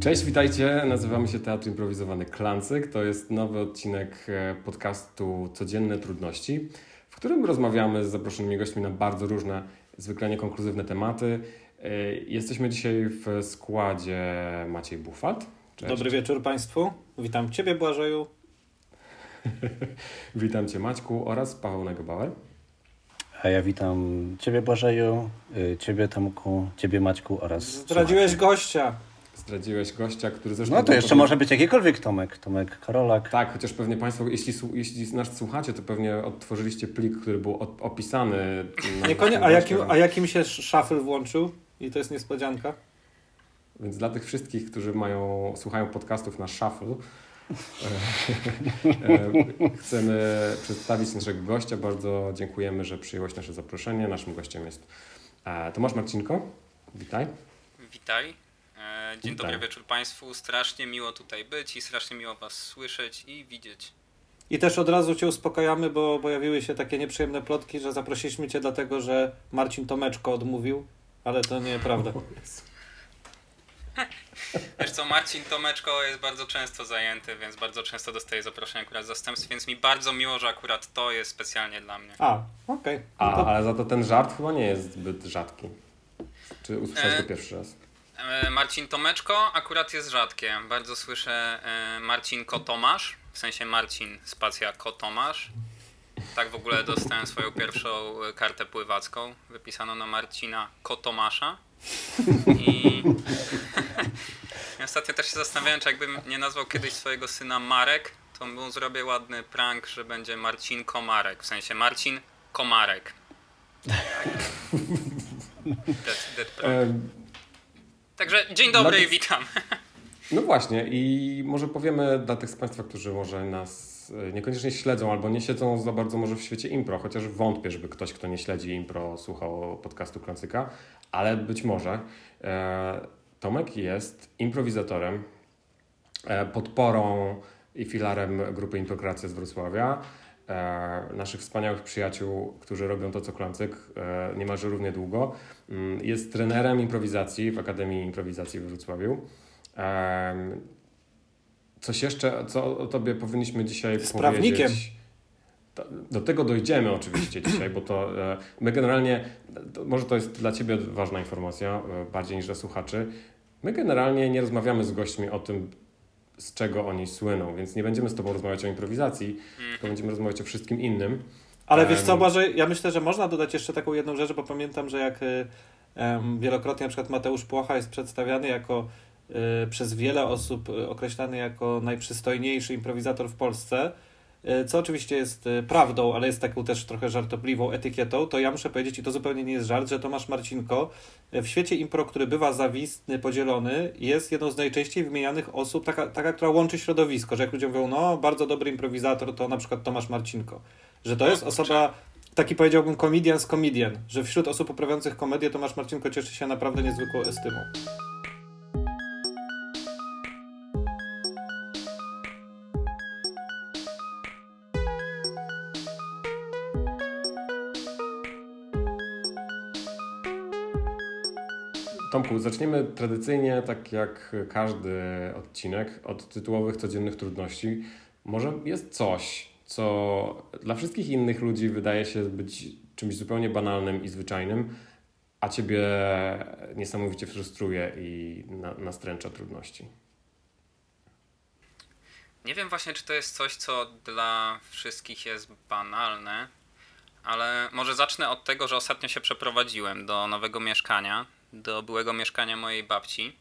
Cześć, witajcie. Nazywamy się Teatr Improwizowany Klancyk. To jest nowy odcinek podcastu Codzienne Trudności, w którym rozmawiamy z zaproszonymi gośćmi na bardzo różne, zwykle niekonkluzywne tematy. Jesteśmy dzisiaj w składzie Maciej Bufat. Cześć. Dobry wieczór Państwu. Witam Ciebie, Błażeju. Witam Cię, Maćku, oraz Paweł Negebauer. A ja witam Ciebie, Błażeju, Ciebie, Tomku, Ciebie, Maćku oraz... Zdradziłeś gościa. Zdradziłeś gościa, który zresztą... No to jeszcze może być jakikolwiek Tomek Karolak. Tak, chociaż pewnie Państwo, jeśli nas słuchacie, to pewnie odtworzyliście plik, który był opisany. A jakim się shuffle włączył? I to jest niespodzianka. Więc dla tych wszystkich, którzy słuchają podcastów na shuffle, chcemy przedstawić naszego gościa. Bardzo dziękujemy, że przyjąłeś nasze zaproszenie. Naszym gościem jest Tomasz Marcinko. Witaj. Witaj. Dzień dobry wieczór Państwu. Strasznie miło tutaj być i strasznie miło Was słyszeć i widzieć. I też od razu Cię uspokajamy, bo pojawiły się takie nieprzyjemne plotki, że zaprosiliśmy Cię dlatego, że Marcin Tomeczko odmówił, ale to nieprawda. Wiesz co, Marcin Tomeczko jest bardzo często zajęty, więc bardzo często dostaje zaproszenia akurat z zastępstw, więc mi bardzo miło, że akurat to jest specjalnie dla mnie. Okej. Ale za to ten żart chyba nie jest zbyt rzadki. Czy usłyszałeś to pierwszy raz? Marcin Tomeczko akurat jest rzadkie. Bardzo słyszę Marcin Kotomasz, w sensie Marcin spacja Kotomasz. Tak w ogóle dostałem swoją pierwszą kartę pływacką, wypisaną na Marcina Kotomasza. I ostatnio też się zastanawiałem, czy jakbym nie nazwał kiedyś swojego syna Marek, to mu zrobię ładny prank, że będzie Marcin Komarek, w sensie Marcin Komarek. Także dzień dobry i witam. No właśnie, i może powiemy dla tych z Państwa, którzy może nas niekoniecznie śledzą albo nie siedzą za bardzo może w świecie impro, chociaż wątpię, żeby ktoś, kto nie śledzi impro, słuchał podcastu Klancyka, ale być może. Tomek jest improwizatorem, podporą i filarem grupy Improkracja z Wrocławia, naszych wspaniałych przyjaciół, którzy robią to, co Klancyk, niemalże równie długo. Jest trenerem improwizacji w Akademii Improwizacji w Wrocławiu. Coś jeszcze, co o tobie powinniśmy dzisiaj powiedzieć? Prawnikiem. Do tego dojdziemy oczywiście dzisiaj, bo to my generalnie, może to jest dla ciebie ważna informacja, bardziej niż dla słuchaczy, my generalnie nie rozmawiamy z gośćmi o tym, z czego oni słyną, więc nie będziemy z tobą rozmawiać o improwizacji, tylko będziemy rozmawiać o wszystkim innym. Ale wiesz co, Błażej, ja myślę, że można dodać jeszcze taką jedną rzecz, bo pamiętam, że jak wielokrotnie na przykład Mateusz Płocha jest przedstawiany jako przez wiele osób określany jako najprzystojniejszy improwizator w Polsce, co oczywiście jest prawdą, ale jest taką też trochę żartobliwą etykietą, to ja muszę powiedzieć, i to zupełnie nie jest żart, że Tomasz Marcinko w świecie impro, który bywa zawistny, podzielony, jest jedną z najczęściej wymienianych osób, taka, która łączy środowisko, że jak ludzie mówią, no bardzo dobry improwizator, to na przykład Tomasz Marcinko. Że to jest osoba, taki powiedziałbym comedian z comedian, że wśród osób uprawiających komedię Tomasz Marcinko cieszy się naprawdę niezwykłą estymą. Tomku, zaczniemy tradycyjnie, tak jak każdy odcinek, od tytułowych codziennych trudności. Może jest coś, co dla wszystkich innych ludzi wydaje się być czymś zupełnie banalnym i zwyczajnym, a ciebie niesamowicie frustruje i nastręcza trudności. Nie wiem właśnie, czy to jest coś, co dla wszystkich jest banalne, ale może zacznę od tego, że ostatnio się przeprowadziłem do nowego mieszkania, do byłego mieszkania mojej babci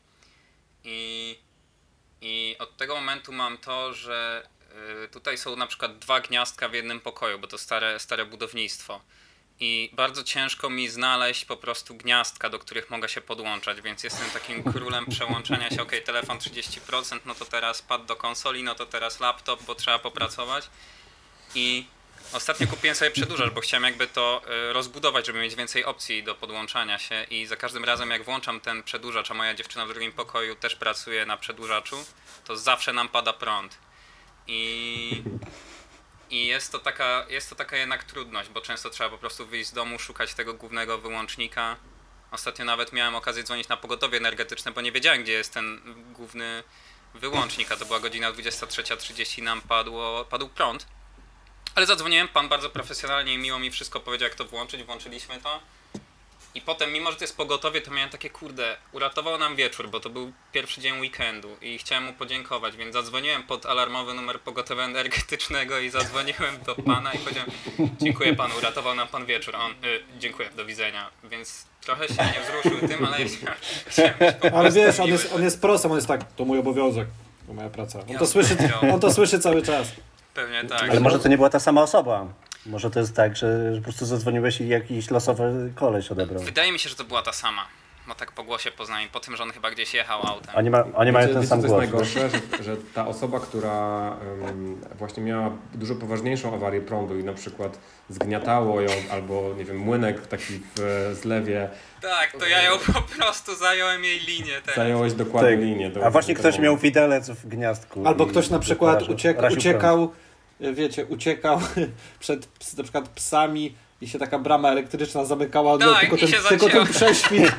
i od tego momentu mam to, że tutaj są na przykład 2 gniazdka w jednym pokoju, bo to stare budownictwo i bardzo ciężko mi znaleźć po prostu gniazdka, do których mogę się podłączać, więc jestem takim królem przełączania się, telefon 30%, no to teraz pad do konsoli, no to teraz laptop, bo trzeba popracować i ostatnio kupiłem sobie przedłużacz, bo chciałem jakby to rozbudować, żeby mieć więcej opcji do podłączania się i za każdym razem jak włączam ten przedłużacz, a moja dziewczyna w drugim pokoju też pracuje na przedłużaczu, to zawsze nam pada prąd. I jest to taka jednak trudność, bo często trzeba po prostu wyjść z domu, szukać tego głównego wyłącznika Ostatnio nawet miałem okazję dzwonić na pogotowie energetyczne, bo nie wiedziałem, gdzie jest ten główny wyłącznik, a to była godzina 23:30, nam padł prąd. Ale zadzwoniłem, pan bardzo profesjonalnie i miło mi wszystko powiedział, jak to włączyć, włączyliśmy to. I potem, mimo że to jest pogotowie, to miałem takie, kurde, uratował nam wieczór, bo to był pierwszy dzień weekendu i chciałem mu podziękować, więc zadzwoniłem pod alarmowy numer pogotowia energetycznego i zadzwoniłem do pana i powiedziałem, dziękuję panu, uratował nam pan wieczór. A on, dziękuję, do widzenia. Więc trochę się nie wzruszył tym, ale ja chciałem być po prostu Ale wiesz, miły. on jest prosem, on jest tak, to mój obowiązek, to moja praca. Ja On to słyszy cały czas. Pewnie tak. Ale może to nie była ta sama osoba. Może to jest tak, że po prostu zadzwoniłeś i jakiś losowy koleś odebrał. Wydaje mi się, że to była ta sama. Bo tak po głosie poznałem, po tym, że on chyba gdzieś jechał autem. Oni mają ten Wiecie, sam co głos. jest najgorsze? Że ta osoba, która właśnie miała dużo poważniejszą awarię prądu i na przykład zgniatało ją, albo nie wiem, młynek taki w zlewie. Tak, to ja ją po prostu zająłem jej linię teraz. Zająłeś dokładnie linię. A właśnie ktoś miał widelec w gniazdku. Albo i ktoś na przykład rasił prąd. uciekał, wiecie, przed na przykład psami i się taka brama elektryczna zamykała, Tak, tylko i się tylko ten zacięło. prześwit.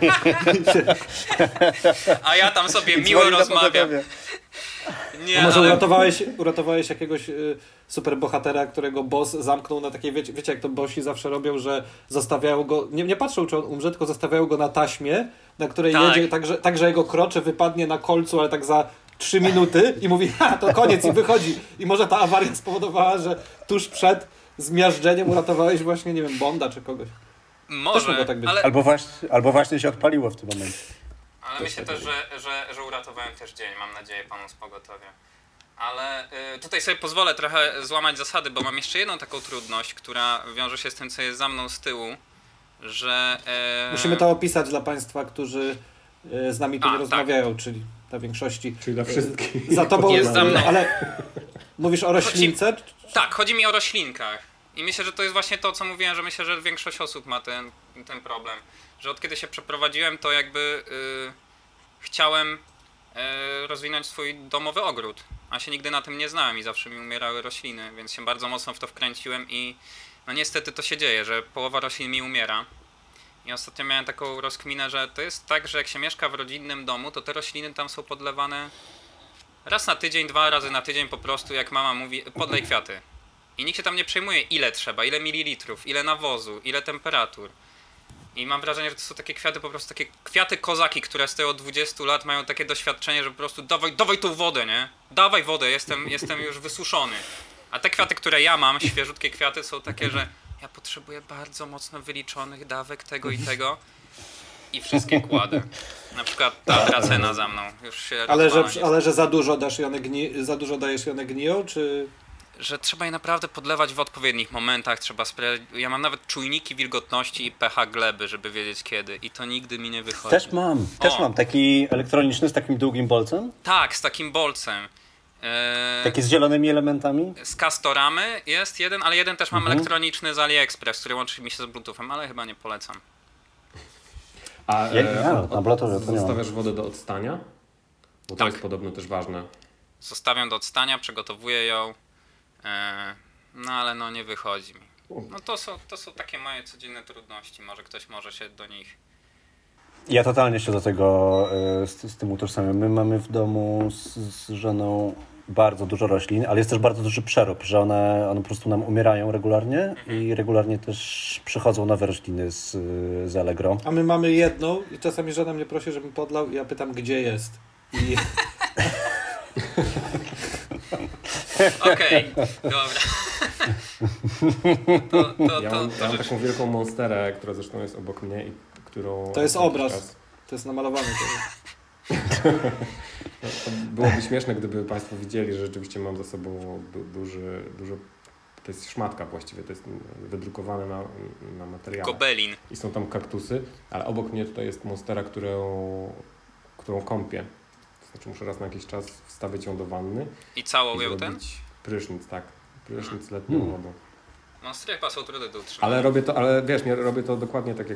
A ja tam sobie I miło dzwoni na rozmawiam. pogotowie. Nie, A może ale... uratowałeś jakiegoś superbohatera, którego boss zamknął na takiej, wiecie jak to bossi zawsze robią, że zostawiają go, nie patrzą czy on umrze, tylko zostawiają go na taśmie, na której Tak. jedzie, tak że jego krocze wypadnie na kolcu, ale tak za 3 minuty i mówi, to koniec i wychodzi. I może ta awaria spowodowała, że tuż przed zmiażdżeniem uratowałeś właśnie, nie wiem, Bonda czy kogoś. Też Może, mogło tak być. ale Albo właśnie się odpaliło w tym momencie. myślę też, że uratowałem też dzień, mam nadzieję, panu z pogotowia. Ale tutaj sobie pozwolę trochę złamać zasady, bo mam jeszcze jedną taką trudność, która wiąże się z tym, co jest za mną z tyłu, że... Musimy to opisać dla Państwa, którzy z nami tu A, nie tak. rozmawiają, czyli dla większości. Czyli dla wszystkich. Za tobą Jest za mną. Ale mówisz o roślince? Tak, chodzi mi o roślinkach. I myślę, że to jest właśnie to, co mówiłem, że myślę, że większość osób ma ten problem. Że od kiedy się przeprowadziłem, to jakby chciałem rozwinąć swój domowy ogród. A się nigdy na tym nie znałem i zawsze mi umierały rośliny, więc się bardzo mocno w to wkręciłem i no niestety to się dzieje, że połowa roślin mi umiera. I ostatnio miałem taką rozkminę, że to jest tak, że jak się mieszka w rodzinnym domu, to te rośliny tam są podlewane raz na tydzień, 2 razy na tydzień po prostu, jak mama mówi, podlej kwiaty. I nikt się tam nie przejmuje, ile trzeba, ile mililitrów, ile nawozu, ile temperatur. I mam wrażenie, że to są takie kwiaty, po prostu takie kwiaty kozaki, które stoją od 20 lat, mają takie doświadczenie, że po prostu dawaj tą wodę, nie? Dawaj wodę, jestem już wysuszony. A te kwiaty, które ja mam, świeżutkie kwiaty, są takie, że ja potrzebuję bardzo mocno wyliczonych dawek tego i tego. I wszystkie kładę. Na przykład ta dracena za mną. Już się Ale że za dużo dasz i one za dużo dajesz i one gniją, czy... Że trzeba je naprawdę podlewać w odpowiednich momentach, trzeba ja mam nawet czujniki wilgotności i pH gleby, żeby wiedzieć kiedy i to nigdy mi nie wychodzi. Też mam taki elektroniczny z takim długim bolcem. Tak, z takim bolcem. Taki z zielonymi elementami. Z Castoramy jest jeden, ale jeden też mam elektroniczny z AliExpress, który łączy mi się z Bluetoothem, ale chyba nie polecam. A na Bluetooth to nie mam. zostawiasz wodę do odstania? Bo to Tak. jest podobno też ważne. Zostawiam do odstania, przygotowuję ją, no ale no nie wychodzi mi. No to są takie moje codzienne trudności, może ktoś może się do nich... Ja totalnie się do tego z tym utożsamiam. My mamy w domu z żoną bardzo dużo roślin, ale jest też bardzo duży przerób, że one po prostu nam umierają regularnie i regularnie też przychodzą nowe rośliny z Allegro. A my mamy jedną i czasami żona mnie prosi, żebym podlał i ja pytam, gdzie jest. I... Okej, dobra. Ja mam taką wielką monsterę, która zresztą jest obok mnie i którą... To jest obraz. To jest namalowane. To byłoby śmieszne, gdyby Państwo widzieli, że rzeczywiście mam za sobą dużo... To jest szmatka właściwie, to jest wydrukowane na materiale. Gobelin. I są tam kaktusy, ale obok mnie tutaj jest monstera, którą kąpię. To znaczy muszę raz na jakiś czas wstawić ją do wanny I całą i ją ten? zrobić prysznic, tak. Prysznic letnią wodą. Monstry chyba są trudne do utrzymania. Ale wiesz, nie robię to dokładnie tak jak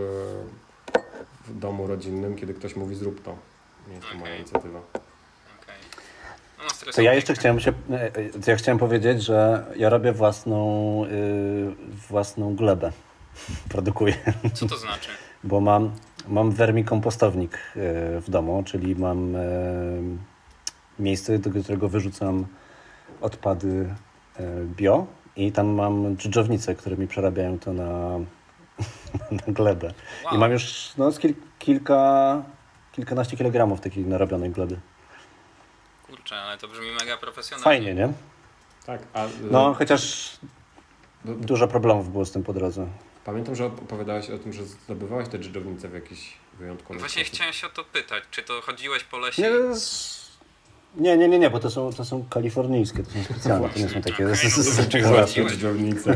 w domu rodzinnym, kiedy ktoś mówi zrób to. Nie jest to moja inicjatywa. Okay. No, monstry To są ja jeszcze chciałem powiedzieć, że ja robię własną glebę. Produkuję. Co to znaczy? Bo mam Mam wermikompostownik w domu, czyli mam miejsce, do którego wyrzucam odpady bio i tam mam dżdżownice, które mi przerabiają to na glebę. Wow. I mam już kilkanaście kilogramów takiej narobionej gleby. Kurczę, ale to brzmi mega profesjonalnie. Fajnie, nie? Tak, No, chociaż dużo problemów było z tym po drodze. pamiętam, że opowiadałeś o tym, że zdobywałeś te dżdżownice w jakiś wyjątkowy Właśnie sposób. chciałem się o to pytać, czy to chodziłeś po lesie? Nie, bo to są kalifornijskie, to są specjalne, to nie są takie... Czego Złapie chodziłeś? dżdżownice.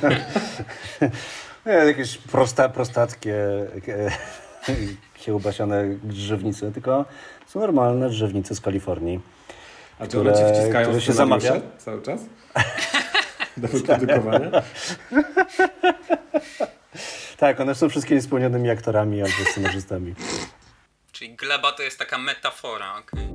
Jakieś prostackie, kiełbasiane drzewnice, tylko są normalne drzewnice z Kalifornii. A czy one ci wciskają które się scenariusze zamawia? cały czas? Do wyprodukowania? Tak, one są wszystkie spełnionymi aktorami albo scenarzystami. Czyli gleba to jest taka metafora, okej.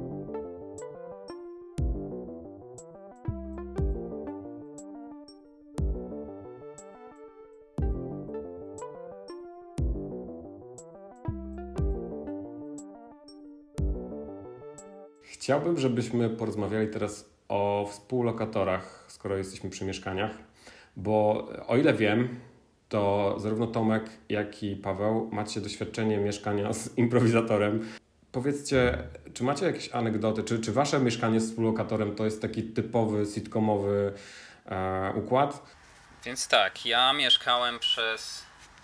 Chciałbym, żebyśmy porozmawiali teraz o współlokatorach, skoro jesteśmy przy mieszkaniach, bo o ile wiem, to zarówno Tomek, jak i Paweł macie doświadczenie mieszkania z improwizatorem. Powiedzcie, czy macie jakieś anegdoty, czy wasze mieszkanie z współlokatorem to jest taki typowy sitcomowy układ? Więc tak, ja mieszkałem przez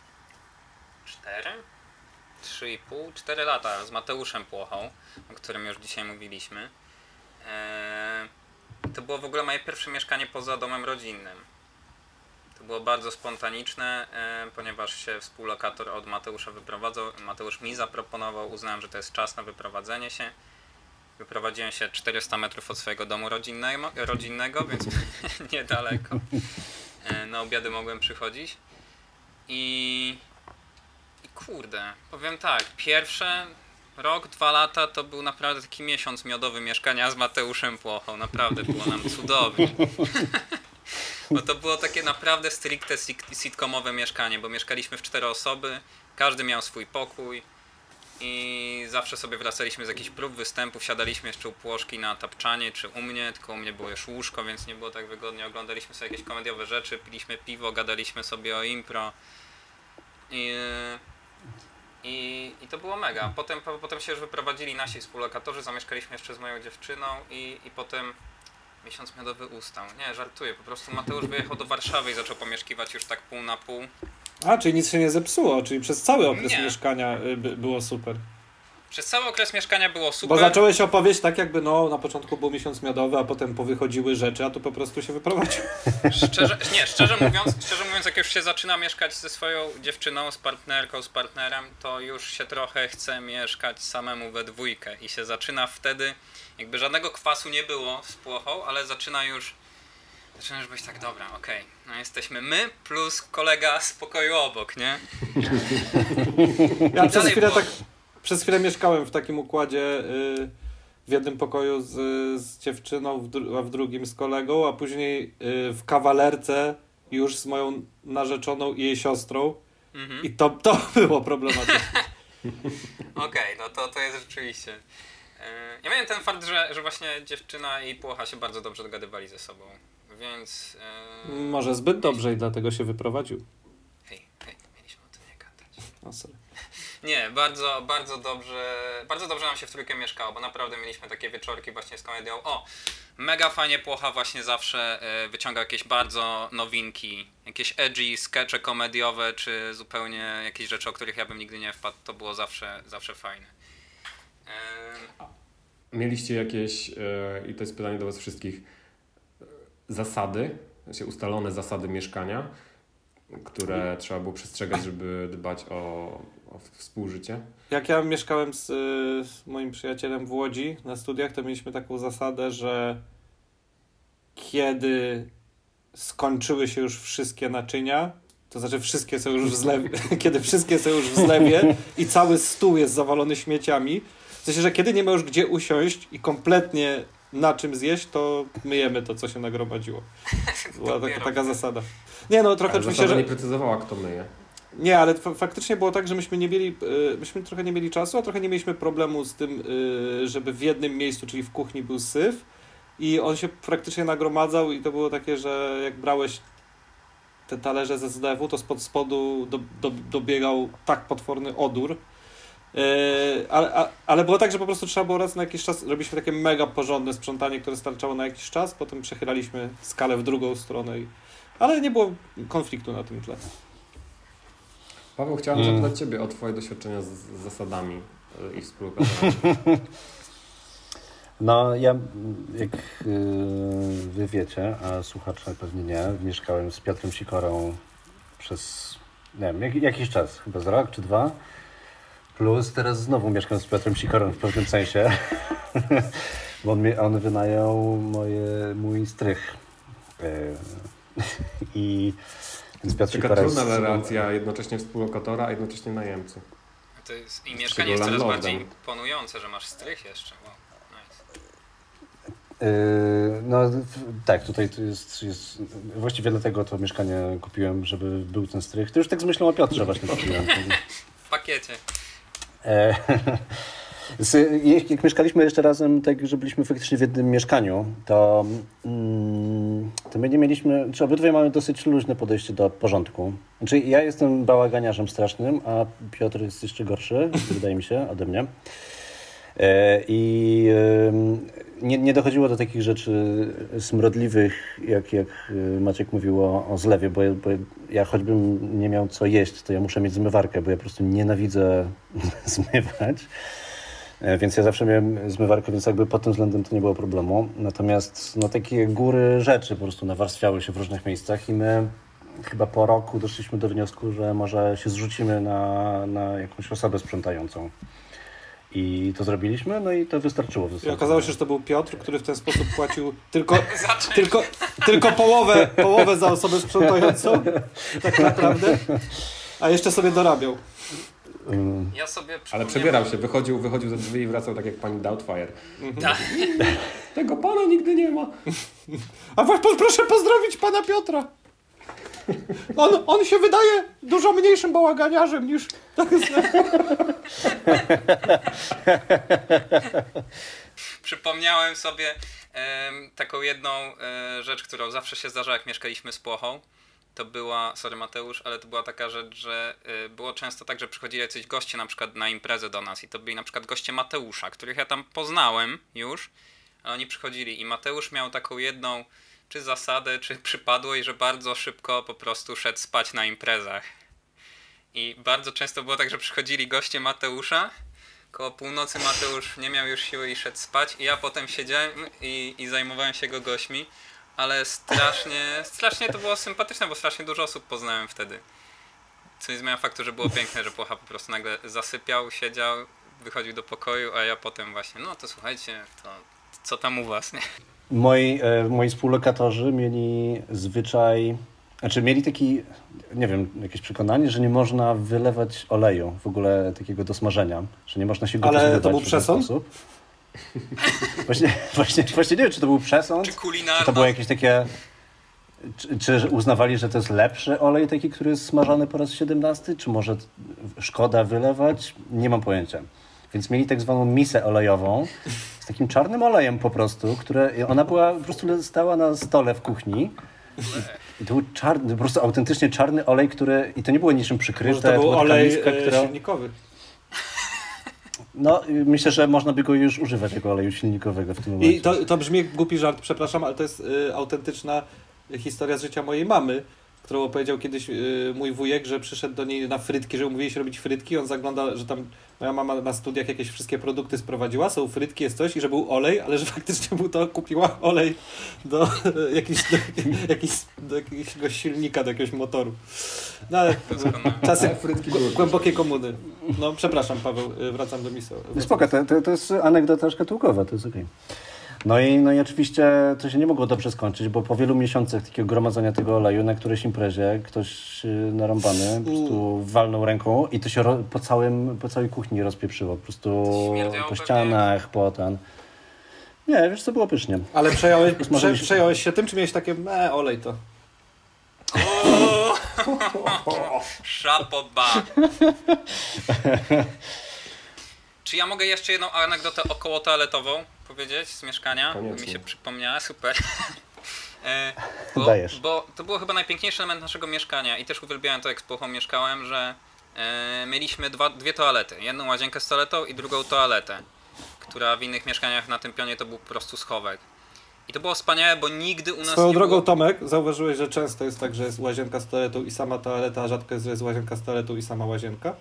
4 lata z Mateuszem Płochą, o którym już dzisiaj mówiliśmy. To było w ogóle moje pierwsze mieszkanie poza domem rodzinnym. To było bardzo spontaniczne, ponieważ się współlokator od Mateusza wyprowadzał. Mateusz mi zaproponował, uznałem, że to jest czas na wyprowadzenie się. Wyprowadziłem się 400 metrów od swojego domu rodzinnego, więc niedaleko. Na obiady mogłem przychodzić. I kurde, powiem tak, pierwsze rok, 2 lata to był naprawdę taki miesiąc miodowy mieszkania z Mateuszem Płochą. Naprawdę było nam cudownie. Bo to było takie naprawdę stricte sitcomowe mieszkanie, bo mieszkaliśmy w 4 osoby, każdy miał swój pokój i zawsze sobie wracaliśmy z jakichś prób występów, siadaliśmy jeszcze u Płoszki na tapczanie, czy u mnie, tylko u mnie było już łóżko, więc nie było tak wygodnie, oglądaliśmy sobie jakieś komediowe rzeczy, piliśmy piwo, gadaliśmy sobie o impro i to było mega. Potem się już wyprowadzili nasi współlokatorzy, zamieszkaliśmy jeszcze z moją dziewczyną i potem miesiąc miodowy ustał. Nie, żartuję, po prostu Mateusz wyjechał do Warszawy i zaczął pomieszkiwać już tak pół na pół. A, czyli nic się nie zepsuło, czyli przez cały okres Nie. mieszkania było super. Przez cały okres mieszkania było super. Bo zacząłeś opowieść tak jakby, na początku był miesiąc miodowy, a potem powychodziły rzeczy, a tu po prostu się wyprowadził. Szczerze mówiąc, jak już się zaczyna mieszkać ze swoją dziewczyną, z partnerką, z partnerem, to już się trochę chce mieszkać samemu we dwójkę i się zaczyna wtedy, jakby żadnego kwasu nie było z Płochą, ale zaczyna już być tak, dobra, okej, no jesteśmy my plus kolega z pokoju obok, nie? Ja Dalej przez chwilę mieszkałem w takim układzie w jednym pokoju z dziewczyną, a w drugim z kolegą, a później w kawalerce już z moją narzeczoną i jej siostrą. Mhm. I to było problematyczne. Okej, no to jest rzeczywiście. Ja miałem ten fakt, że właśnie dziewczyna i Płocha się bardzo dobrze dogadywali ze sobą, więc... Może zbyt dobrze i dlatego się wyprowadził. Hej, mieliśmy o tym nie gadać. O, sorry. Nie, bardzo dobrze nam się w trójkę mieszkało, bo naprawdę mieliśmy takie wieczorki właśnie z komedią. O, mega fajnie Płocha właśnie zawsze wyciągał jakieś bardzo nowinki, jakieś edgy skecze komediowe, czy zupełnie jakieś rzeczy, o których ja bym nigdy nie wpadł, to było zawsze fajne. Mieliście jakieś, i to jest pytanie do was wszystkich, zasady, ustalone zasady mieszkania, które trzeba było przestrzegać, żeby dbać o współżycie? Jak ja mieszkałem z moim przyjacielem w Łodzi na studiach, to mieliśmy taką zasadę, że kiedy skończyły się już wszystkie naczynia, to znaczy wszystkie są już w zlewie, kiedy wszystkie są już w zlewie i cały stół jest zawalony śmieciami, w sensie, że kiedy nie ma już gdzie usiąść i kompletnie na czym zjeść, to myjemy to, co się nagromadziło. Była taka zasada. Nie, no trochę Ale oczywiście, zasada że... nie precyzowała, kto myje. Nie, ale faktycznie było tak, że myśmy trochę nie mieli czasu, a trochę nie mieliśmy problemu z tym, żeby w jednym miejscu, czyli w kuchni był syf i on się praktycznie nagromadzał i to było takie, że jak brałeś te talerze ze zlewu, to spod spodu dobiegał tak potworny odór. Ale było tak, że po prostu trzeba było raz na jakiś czas, robiliśmy takie mega porządne sprzątanie, które starczało na jakiś czas, potem przechylaliśmy skalę w drugą stronę, ale nie było konfliktu na tym tle. Paweł, chciałem zapytać Ciebie o Twoje doświadczenia z zasadami i współlokatorami. No, ja, jak wy wiecie, a słuchacze pewnie nie, mieszkałem z Piotrem Sikorą przez, nie wiem, jakiś czas, chyba z rok czy 2. Plus teraz znowu mieszkam z Piotrem Sikorą w pewnym sensie, bo on wynajął mój strych. Więc Piotr Taka Sikora trudna relacja, jednocześnie współlokatora, a jednocześnie najemcy. To jest, i mieszkanie jest coraz bardziej imponujące, że masz strych jeszcze. Wow. No tak, tutaj to jest właściwie dlatego to mieszkanie kupiłem, żeby był ten strych. To już tak z myślą o Piotrze właśnie kupiłem. W pakiecie. Jak mieszkaliśmy jeszcze razem, tak, że byliśmy faktycznie w jednym mieszkaniu, to my nie mieliśmy, czy obydwoje mamy dosyć luźne podejście do porządku. Znaczy ja jestem bałaganiarzem strasznym, a Piotr jest jeszcze gorszy, wydaje mi się, ode mnie. I nie dochodziło do takich rzeczy smrodliwych, jak Maciek mówił o zlewie, bo ja choćbym nie miał co jeść, to ja muszę mieć zmywarkę, bo ja po prostu nienawidzę zmywać. Więc ja zawsze miałem zmywarkę, więc jakby pod tym względem to nie było problemu. Natomiast no, takie góry rzeczy po prostu nawarstwiały się w różnych miejscach i my chyba po roku doszliśmy do wniosku, że może się zrzucimy na jakąś osobę sprzątającą. I to zrobiliśmy, no i to wystarczyło. I okazało się, że to był Piotr, który w ten sposób płacił tylko połowę za osobę sprzątającą, tak naprawdę, a jeszcze sobie dorabiał. Ja sobie Ale przebierał się, wychodził ze drzwi i wracał tak jak pani Doubtfire. Tak. Tego pana nigdy nie ma. A proszę pozdrowić pana Piotra. On się wydaje dużo mniejszym bałaganiarzem niż... Przypomniałem sobie taką jedną rzecz, którą zawsze się zdarza, jak mieszkaliśmy z Płochą. To była, sorry Mateusz, ale to była taka rzecz, że było często tak, że przychodzili jacyś goście na przykład na imprezę do nas i to byli na przykład goście Mateusza, których ja tam poznałem już, a oni przychodzili i Mateusz miał taką jedną czy zasadę, czy przypadłość, że bardzo szybko po prostu szedł spać na imprezach. I bardzo często było tak, że przychodzili goście Mateusza, koło północy Mateusz nie miał już siły i szedł spać i ja potem siedziałem i zajmowałem się jego gośćmi, ale strasznie to było sympatyczne, bo strasznie dużo osób poznałem wtedy. Co nie zmienia faktu, że było piękne, że Płocha po prostu nagle zasypiał, siedział, wychodził do pokoju, a ja potem właśnie, no to słuchajcie, to co tam u was, nie? Moi współlokatorzy mieli zwyczaj, znaczy mieli taki, nie wiem, jakieś przekonanie, że nie można wylewać oleju w ogóle takiego do smażenia, że nie można się go Ale to był przesąd? Właśnie nie wiem, czy to był przesąd, czy kulinarna. czy to było jakieś takie, czy uznawali, że to jest lepszy olej taki, który jest smażany po raz 17, czy może szkoda wylewać, nie mam pojęcia. Więc mieli tak zwaną misę olejową z takim czarnym olejem po prostu, ona była po prostu stała na stole w kuchni. I to był czarny, po prostu autentycznie czarny olej, i to nie było niczym przykryte. Może to był olej miska, silnikowy. No, myślę, że można by go już używać jako oleju silnikowego w tym momencie. I to brzmi jak głupi żart, przepraszam, ale to jest autentyczna historia z życia mojej mamy, którą opowiedział kiedyś mój wujek, że przyszedł do niej na frytki, że umówili się robić frytki. On zagląda, że tam moja mama na studiach jakieś wszystkie produkty sprowadziła, są frytki, jest coś i że był olej, ale że faktycznie kupiła olej do jakiegoś silnika, do jakiegoś motoru. No ale czasy głębokiej komuny. No przepraszam Paweł, wracam do misu. Spoko, to jest anegdota szkatułkowa, to jest okej. No i oczywiście to się nie mogło dobrze skończyć, bo po wielu miesiącach takiego gromadzenia tego oleju na którejś imprezie ktoś narąbany po prostu walnął ręką i to się po całej kuchni rozpieprzyło. Po prostu po ścianach, potem. Nie, wiesz co, było pysznie. Ale przejąłeś się tym, czy miałeś takie, olej to? Szapoba. Czy ja mogę jeszcze jedną anegdotę około toaletową powiedzieć z mieszkania? Koniecznie. Mi się przypomniała, super. Dajesz. Bo to było chyba najpiękniejszy element naszego mieszkania i też uwielbiałem to, jak z Pochą mieszkałem, że mieliśmy dwie toalety. Jedną łazienkę z toaletą i drugą toaletę, która w innych mieszkaniach na tym pionie to był po prostu schowek. I to było wspaniałe, bo nigdy u nas Swoją nie drogą, było... Tomek, zauważyłeś, że często jest tak, że jest łazienka z toaletą i sama toaleta, a rzadko jest, że jest łazienka z toaletą i sama łazienka?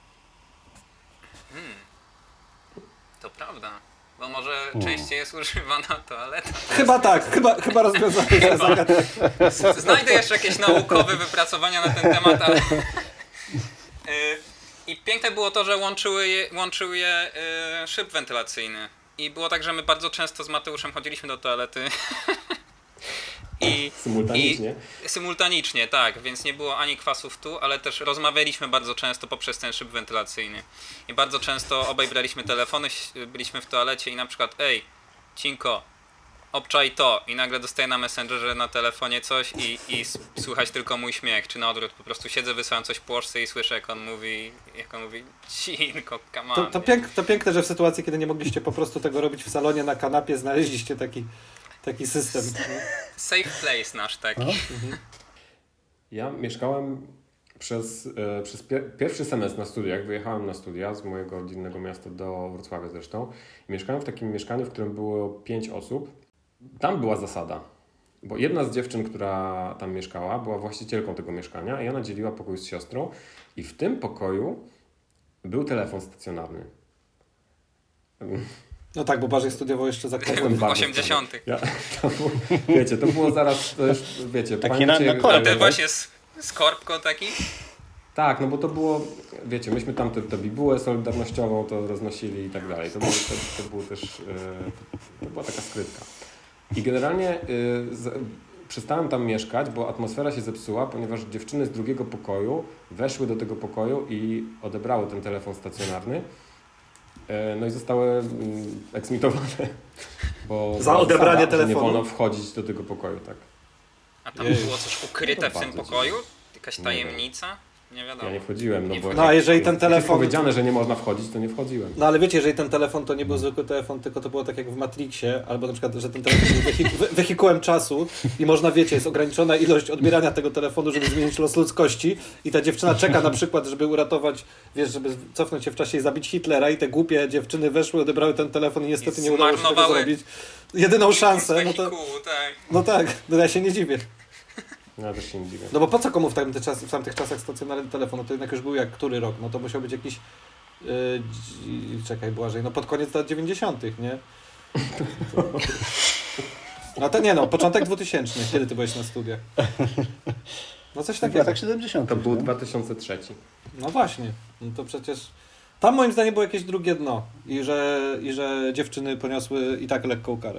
To prawda. Bo może częściej jest używana toaleta. Chyba tak, chyba rozwiązałeś tę zagadkę. Znajdę jeszcze jakieś naukowe wypracowania na ten temat, ale... I piękne było to, że łączył je szyb wentylacyjny. I było tak, że my bardzo często z Mateuszem chodziliśmy do toalety. Symultanicznie. Symultanicznie, tak, więc nie było ani kwasów tu, ale też rozmawialiśmy bardzo często poprzez ten szyb wentylacyjny. I bardzo często obaj braliśmy telefony, byliśmy w toalecie i na przykład ej, Cinko, obczaj to i nagle dostaję na Messengerze na telefonie coś i słychać tylko mój śmiech, czy na odwrót, po prostu siedzę, wysyłam coś Płoszce i słyszę jak on mówi Cinko, come on. To piękne, że w sytuacji, kiedy nie mogliście po prostu tego robić w salonie na kanapie, znaleźliście taki system. Safe place nasz taki. Ja mieszkałem przez pierwszy semestr na studiach, wyjechałem na studia z mojego rodzinnego miasta do Wrocławia zresztą. I mieszkałem w takim mieszkaniu, w którym było 5 osób. Tam była zasada, bo jedna z dziewczyn, która tam mieszkała, była właścicielką tego mieszkania i ona dzieliła pokój z siostrą i w tym pokoju był telefon stacjonarny. No tak, bo Błażej studiował jeszcze za Jestem W bardzo 80. Wiecie, to było zaraz, to już, wiecie, Taki pamiętacie, na kolej. Ten właśnie z korbką taki? Tak, no bo to było, wiecie, myśmy tam tę bibułę solidarnościową to roznosili i tak dalej. To było też, to była taka skrytka. I generalnie przestałem tam mieszkać, bo atmosfera się zepsuła, ponieważ dziewczyny z drugiego pokoju weszły do tego pokoju i odebrały ten telefon stacjonarny. No i zostały eksmitowane, bo Za odebranie że telefonu? nie wolno wchodzić do tego pokoju, tak. A tam było coś ukryte w tym bardzo pokoju? Jakaś Nie tajemnica? Nie wiadomo. Ja nie wchodziłem, no Nie bo wchodziłem. No a jeżeli ten jest telefon... powiedziane, że nie można wchodzić, to nie wchodziłem. No ale wiecie, jeżeli ten telefon to nie był zwykły telefon, tylko to było tak jak w Matrixie, albo na przykład, że ten telefon był wehikułem czasu i można, wiecie, jest ograniczona ilość odbierania tego telefonu, żeby zmienić los ludzkości i ta dziewczyna czeka na przykład, żeby uratować, wiesz, żeby cofnąć się w czasie i zabić Hitlera i te głupie dziewczyny weszły, odebrały ten telefon i niestety I nie udało się tego zmarnowały zrobić. Jedyną szansę, no to... Wehikułu, tak. No tak, no ja się nie dziwię. No, ja też się nie dziwię. No bo po co komu w tamtych czasach stacjonarny telefon? No to jednak już był jak który rok? No to musiał być jakiś... czekaj, Błażej, no pod koniec lat 90., nie? No to nie no, początek 2000. Kiedy ty byłeś na studiach? No coś W takiego. latach 70. To był nie? 2003. No właśnie. No to przecież... Tam moim zdaniem było jakieś drugie dno. I że dziewczyny poniosły i tak lekką karę.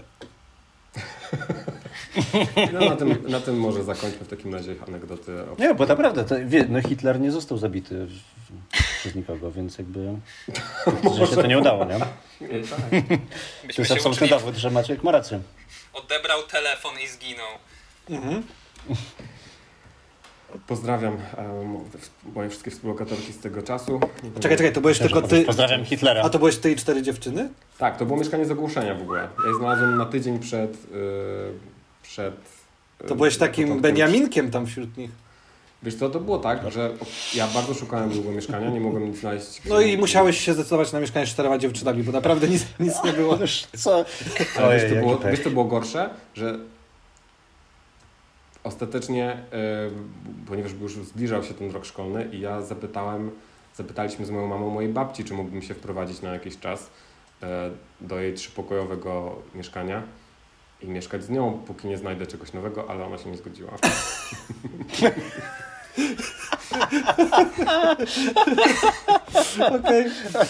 No, na tym może zakończmy w takim razie anegdoty. Nie, bo naprawdę, no Hitler nie został zabity przez nikogo, więc jakby że się to nie udało, nie? To Byśmy jest się absolutny uczyli. dowód, że Maciek ma rację. Odebrał telefon i zginął. Mhm. Pozdrawiam moje wszystkie współlokatorki z tego czasu. Czekaj, to byłeś tylko ty... Pozdrawiam Hitlera. A to byłeś ty i 4 dziewczyny? Tak, to było mieszkanie z ogłoszenia w ogóle. Ja je znalazłem na tydzień przed... To byłeś takim początkiem- Beniaminkiem tam wśród nich. Wiesz co, to było tak, że ja bardzo szukałem długo mieszkania, nie mogłem nic znaleźć. No i musiałeś się zdecydować na mieszkanie z 4 dziewczynami, bo naprawdę nic nie było. Co? Ale Ojej, wiesz, jaki co było gorsze? Że ostatecznie, ponieważ już zbliżał się ten rok szkolny i ja zapytaliśmy z moją mamą mojej babci, czy mógłbym się wprowadzić na jakiś czas do jej 3-pokojowego mieszkania i mieszkać z nią, póki nie znajdę czegoś nowego, ale ona się nie zgodziła. Okej.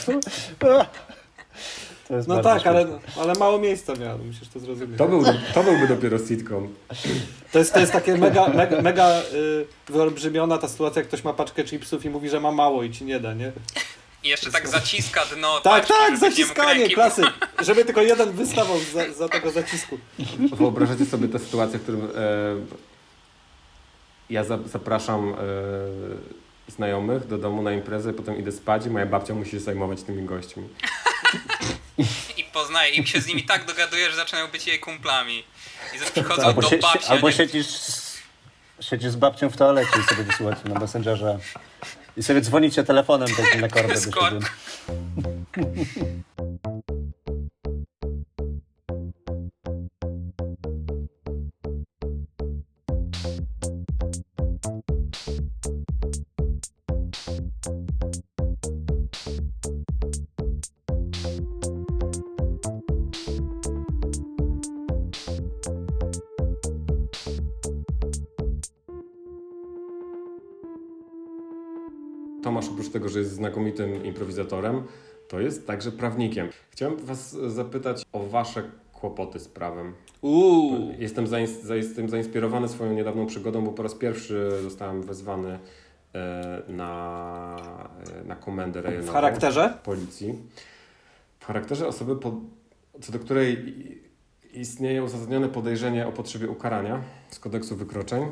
To jest No bardzo tak, śmieszne. ale mało miejsca miało, musisz to zrozumieć. To byłby dopiero sitcom. To jest takie mega wyolbrzymiona ta sytuacja, jak ktoś ma paczkę chipsów i mówi, że ma mało i ci nie da, nie? I jeszcze tak zaciska dno. Tak, paczki, żeby zaciskanie, nie mógł ręki- klasyk. Żeby tylko jeden wystawał za tego zacisku. Wyobrażacie sobie tę sytuację, w którym ja zapraszam znajomych do domu na imprezę, potem idę spać i moja babcia musi się zajmować tymi gośćmi. I poznaje, im się z nimi tak dogaduje, że zaczynają być jej kumplami. I przychodzą Albo, do babci. albo siedzisz z babcią w toalecie i sobie wysyłacie na Messengerze i sobie dzwonicie telefonem takim na korbę. Tomasz oprócz tego, że jest znakomitym improwizatorem, to jest także prawnikiem. Chciałem was zapytać o wasze kłopoty z prawem. Jestem zainspirowany swoją niedawną przygodą, bo po raz pierwszy zostałem wezwany na komendę rejonową. W charakterze? Policji. W charakterze osoby, co do której istnieje uzasadnione podejrzenie o potrzebie ukarania z kodeksu wykroczeń.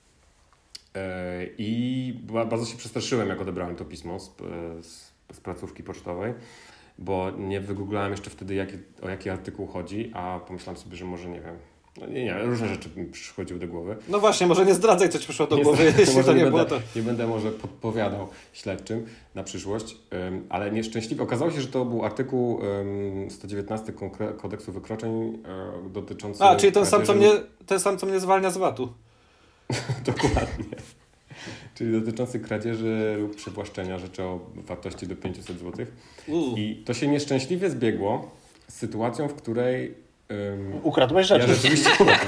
I bardzo się przestraszyłem, jak odebrałem to pismo z placówki pocztowej, bo nie wygooglałem jeszcze wtedy, o jaki artykuł chodzi, a pomyślałem sobie, że może nie wiem. No nie, różne rzeczy mi przychodziły do głowy. No właśnie, może nie zdradzaj, co ci przyszło do głowy, jeśli to nie było to. Nie będę może podpowiadał śledczym na przyszłość, ale nieszczęśliwie okazało się, że to był artykuł 119 kodeksu wykroczeń dotyczący... Czyli ten sam, co mnie zwalnia z VAT-u. Dokładnie. Czyli dotyczący kradzieży lub przywłaszczenia rzeczy o wartości do 500 zł. I to się nieszczęśliwie zbiegło z sytuacją, w której ukradłeś rzeczy. Ja rzeczywiście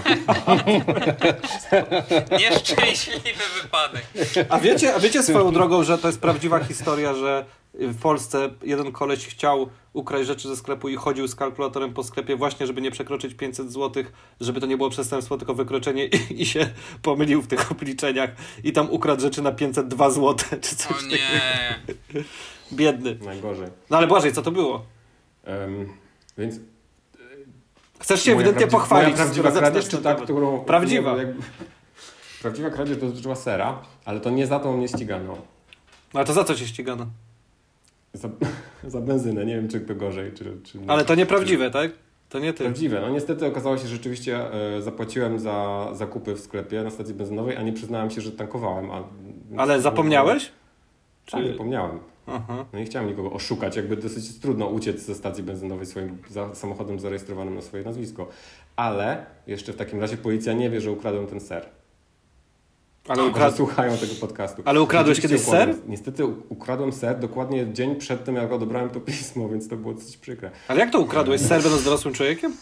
Nieszczęśliwy wypadek. A wiecie swoją drogą, że to jest prawdziwa historia, że w Polsce jeden koleś chciał ukraść rzeczy ze sklepu i chodził z kalkulatorem po sklepie właśnie, żeby nie przekroczyć 500 zł, żeby to nie było przestępstwo, tylko wykroczenie i się pomylił w tych obliczeniach i tam ukradł rzeczy na 502 zł, czy coś takiego. Nie. Biedny. Najgorzej. No ale Błażej, co to było? Więc... Chcesz się ewidentnie pochwalić. Moja prawdziwa kradzież, czy ta, którą... Prawdziwa. Prawdziwa kradzież dotyczyła sera, ale to nie za to mnie ścigano. No ale to za co cię ścigano? Za benzynę, nie wiem czy to gorzej, czy nie. Ale to nieprawdziwe, tak? To nie ty. Prawdziwe. No niestety okazało się, że rzeczywiście zapłaciłem za zakupy w sklepie na stacji benzynowej, a nie przyznałem się, że tankowałem. Ale zapomniałeś? Tak, zapomniałem. Aha. No nie chciałem nikogo oszukać, jakby dosyć trudno uciec ze stacji benzynowej swoim samochodem zarejestrowanym na swoje nazwisko. Ale jeszcze w takim razie policja nie wie, że ukradłem ten ser. Ale słuchają tego podcastu. Ale ukradłeś kiedyś ser? Niestety ukradłem ser dokładnie dzień przed tym, jak odebrałem to pismo, więc to było dosyć przykre. Ale jak to ukradłeś? Ser będąc dorosłym człowiekiem?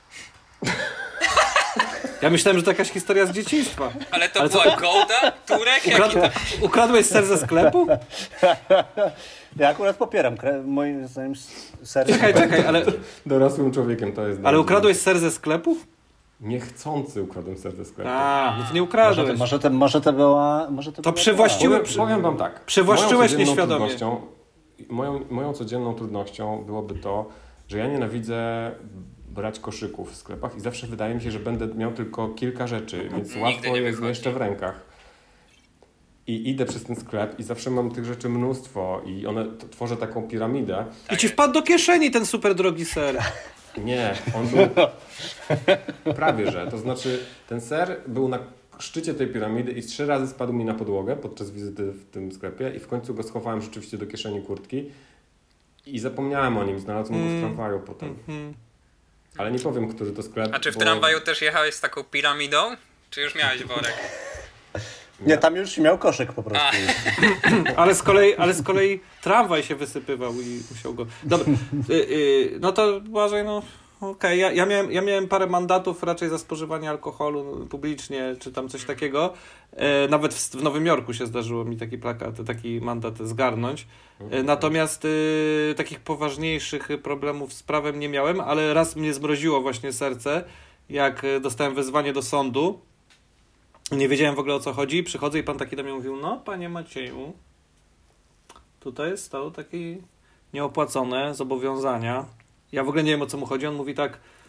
Ja myślałem, że to jakaś historia z dzieciństwa. Ale to była Golda? Turek? Ukradłeś ser ze sklepu? Ja akurat popieram. Moim zdaniem ser... Czekaj, ale... Dorosłym człowiekiem to jest... Ale ukradłeś ser ze sklepu? Niechcący ukradłem ser ze sklepu. No to nie ukradłeś. Może to była... To przywłaszczyłeś... Powiem wam tak. Przywłaszczyłeś nieświadomie. Moją codzienną trudnością byłoby to, że ja nienawidzę brać koszyków w sklepach i zawsze wydaje mi się, że będę miał tylko kilka rzeczy, więc łatwo je zmieszczę w rękach. I idę przez ten sklep i zawsze mam tych rzeczy mnóstwo i tworzę taką piramidę. I ci wpadł do kieszeni ten super drogi ser. Nie, on był prawie że. To znaczy ten ser był na szczycie tej piramidy i 3 razy spadł mi na podłogę podczas wizyty w tym sklepie i w końcu go schowałem rzeczywiście do kieszeni kurtki i zapomniałem o nim, znalazłem go w tramwaju potem. Ale nie powiem, który to sklep. A czy w tramwaju też jechałeś z taką piramidą? Czy już miałeś worek? Nie, tam już miał koszyk po prostu. Ale z kolei tramwaj się wysypywał i musiał go... Dobra, no to Błażej, no okej. Ja miałem parę mandatów raczej za spożywanie alkoholu publicznie, czy tam coś takiego. Nawet w Nowym Jorku się zdarzyło mi taki mandat zgarnąć. Natomiast takich poważniejszych problemów z prawem nie miałem, ale raz mnie zmroziło właśnie serce, jak dostałem wezwanie do sądu. Nie wiedziałem w ogóle, o co chodzi. Przychodzę i pan taki do mnie mówił, no panie Macieju, tutaj są takie nieopłacone zobowiązania. Ja w ogóle nie wiem, o co mu chodzi. On mówi tak,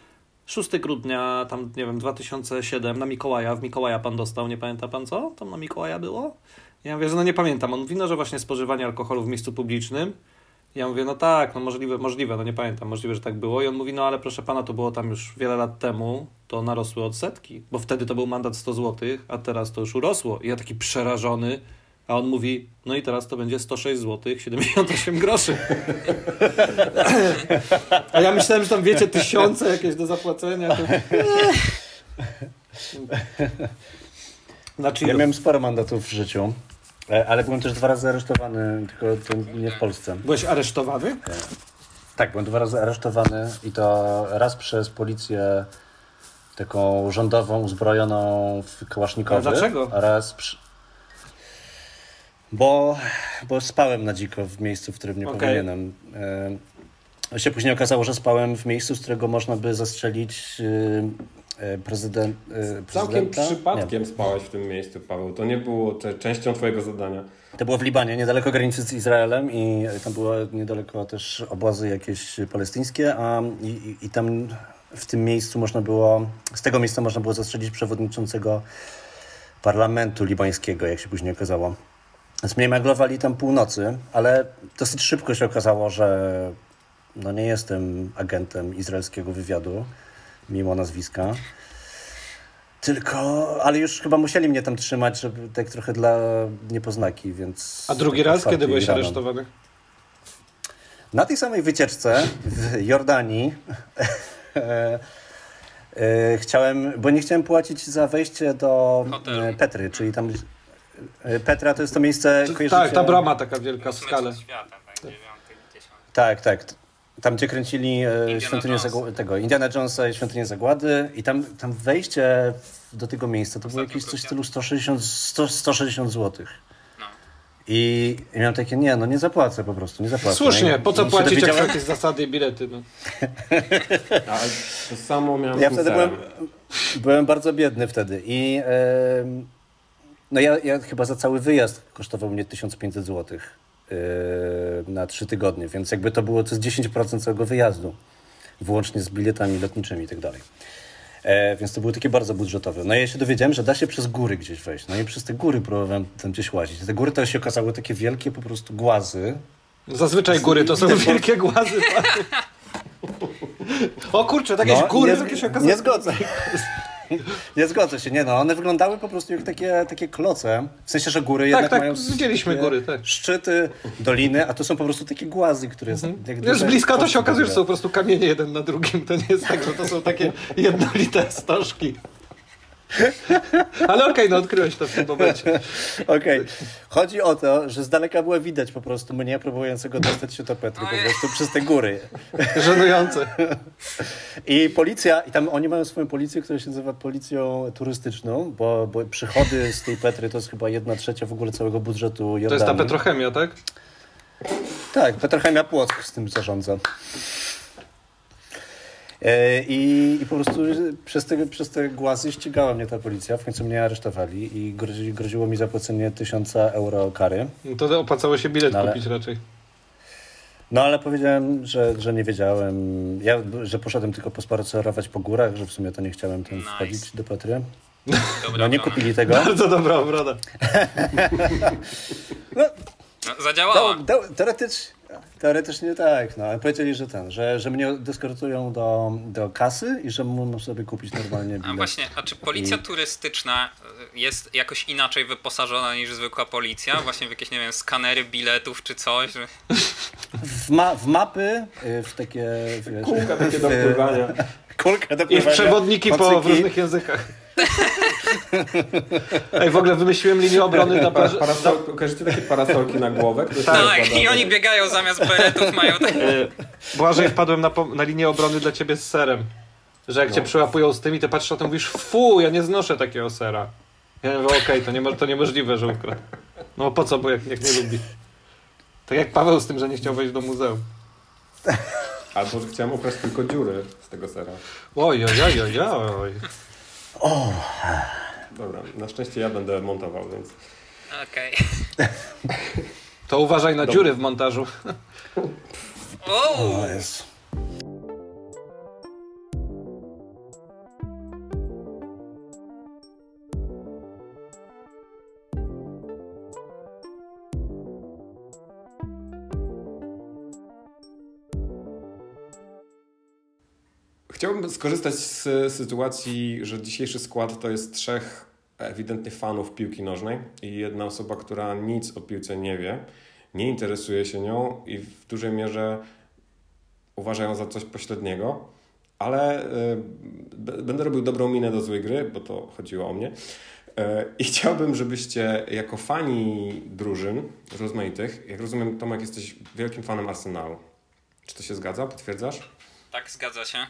6 grudnia, tam nie wiem, 2007 na Mikołaja, w Mikołaja pan dostał, nie pamięta pan co? Tam na Mikołaja było? Ja mówię, że no nie pamiętam. On mówi, no, że właśnie spożywanie alkoholu w miejscu publicznym. Ja mówię, no tak, no możliwe, no nie pamiętam, możliwe, że tak było. I on mówi, no ale proszę pana, to było tam już wiele lat temu, to narosły odsetki, bo wtedy to był mandat 100 zł, a teraz to już urosło. I ja taki przerażony, a on mówi, no i teraz to będzie 106 zł 78 groszy. A ja myślałem, że tam wiecie, tysiące jakieś do zapłacenia. To... Ja miałem sporo mandatów w życiu, ale byłem też 2 razy aresztowany, tylko to nie w Polsce. Byłeś aresztowany? Tak, byłem 2 razy aresztowany i to raz przez policję taką rządową, uzbrojoną w kałasznikowy. A dlaczego? A raz bo spałem na dziko w miejscu, w którym nie powinienem. Się później okazało, że spałem w miejscu, z którego można by zastrzelić prezydenta. Całkiem przypadkiem spałeś w tym miejscu, Paweł. To nie było częścią twojego zadania. To było w Libanie, niedaleko granicy z Izraelem i tam były niedaleko też obozy jakieś palestyńskie, i tam w tym miejscu z tego miejsca można było zastrzelić przewodniczącego parlamentu libańskiego, jak się później okazało. Więc mnie maglowali tam północy, ale dosyć szybko się okazało, że no nie jestem agentem izraelskiego wywiadu, mimo nazwiska. Ale już chyba musieli mnie tam trzymać, żeby tak trochę dla niepoznaki, więc... A drugi raz kiedy byłeś aresztowany? Na tej samej wycieczce w Jordanii bo nie chciałem płacić za wejście do Petry, czyli tam... Petra to jest to miejsce... Tak, ta brama taka wielka w skale. Tak. Tam, gdzie kręcili Indiana Jonesa i Świątynię Zagłady i tam wejście do tego miejsca to było jakieś coś w stylu 160 zł. No. I miałem takie, nie zapłacę po prostu, nie zapłacę. Słusznie, po co płacić, jak jakieś zasady i bilety? No. Ale to samo miałem. Ja wtedy byłem bardzo biedny wtedy i ja chyba za cały wyjazd kosztował mnie 1500 zł. Na 3 tygodnie, więc jakby to jest 10% całego wyjazdu, włącznie z biletami lotniczymi i tak dalej. Więc to było takie bardzo budżetowe. No i ja się dowiedziałem, że da się przez góry gdzieś wejść. No i przez te góry próbowałem tam gdzieś łazić. Te góry to się okazały takie wielkie po prostu głazy. Zazwyczaj góry to są wielkie głazy. O kurczę, takie góry się okazały. Nie zgodzę się, one wyglądały po prostu jak takie kloce, w sensie, że góry jednak mają widzieliśmy góry, tak. Szczyty, doliny, a to są po prostu takie głazy, które... Z bliska to się okazuje, że są po prostu kamienie jeden na drugim, to nie jest tak, że to są takie jednolite stożki. Ale okej, odkryłeś to w tym momencie. Okej. Chodzi o to, że z daleka było widać po prostu mnie próbującego dostać się do Petry po prostu przez te góry. Żenujące. I policja, i tam oni mają swoją policję, która się nazywa policją turystyczną, bo przychody z tej Petry to jest chyba 1/3 w ogóle całego budżetu Jordanii. To jest ta petrochemia, tak? Tak, Petrochemia Płock z tym zarządza. I po prostu przez te głazy ścigała mnie ta policja, w końcu mnie aresztowali i groziło mi zapłacenie 1000 euro kary. No to opłacało się bilet kupić raczej. No ale powiedziałem, że nie wiedziałem, że poszedłem tylko pospacerować po górach, że w sumie to nie chciałem tam wchodzić do Petry. No nie kupili tego. Bardzo dobra obrona. Zadziałała. Teoretycznie tak, ale powiedzieli, że mnie deskortują do kasy i że mogą sobie kupić normalnie bilet. A właśnie, a czy policja turystyczna jest jakoś inaczej wyposażona niż zwykła policja? Właśnie w jakieś, nie wiem, skanery biletów czy coś? W mapy, w takie... Kółka takie do pływania. I w przewodniki w różnych językach. W ogóle wymyśliłem linię obrony na plaży. Kojarzycie takie parasolki na głowę? Tak, i oni biegają zamiast beretów, mają takie... Błażej, wpadłem na linię obrony dla ciebie z serem. Że jak cię przyłapują z tymi, to patrzysz na to i mówisz, ja nie znoszę takiego sera. Ja mówię, to niemożliwe, że ukradł. No po co, bo jak nie lubi. Tak jak Paweł z tym, że nie chciał wejść do muzeum. Albo że chciałem ukraść tylko dziury z tego sera. Oj. Dobra, na szczęście ja będę montował, więc... Okej. To uważaj na dziury w montażu. O, jest. Chciałbym skorzystać z sytuacji, że dzisiejszy skład to jest 3 ewidentnie fanów piłki nożnej i jedna osoba, która nic o piłce nie wie, nie interesuje się nią i w dużej mierze uważa ją za coś pośredniego, ale będę robił dobrą minę do złej gry, bo to chodziło o mnie. I chciałbym, żebyście jako fani drużyn rozmaitych, jak rozumiem, Tomek, jesteś wielkim fanem Arsenalu. Czy to się zgadza? Potwierdzasz? Tak, zgadza się.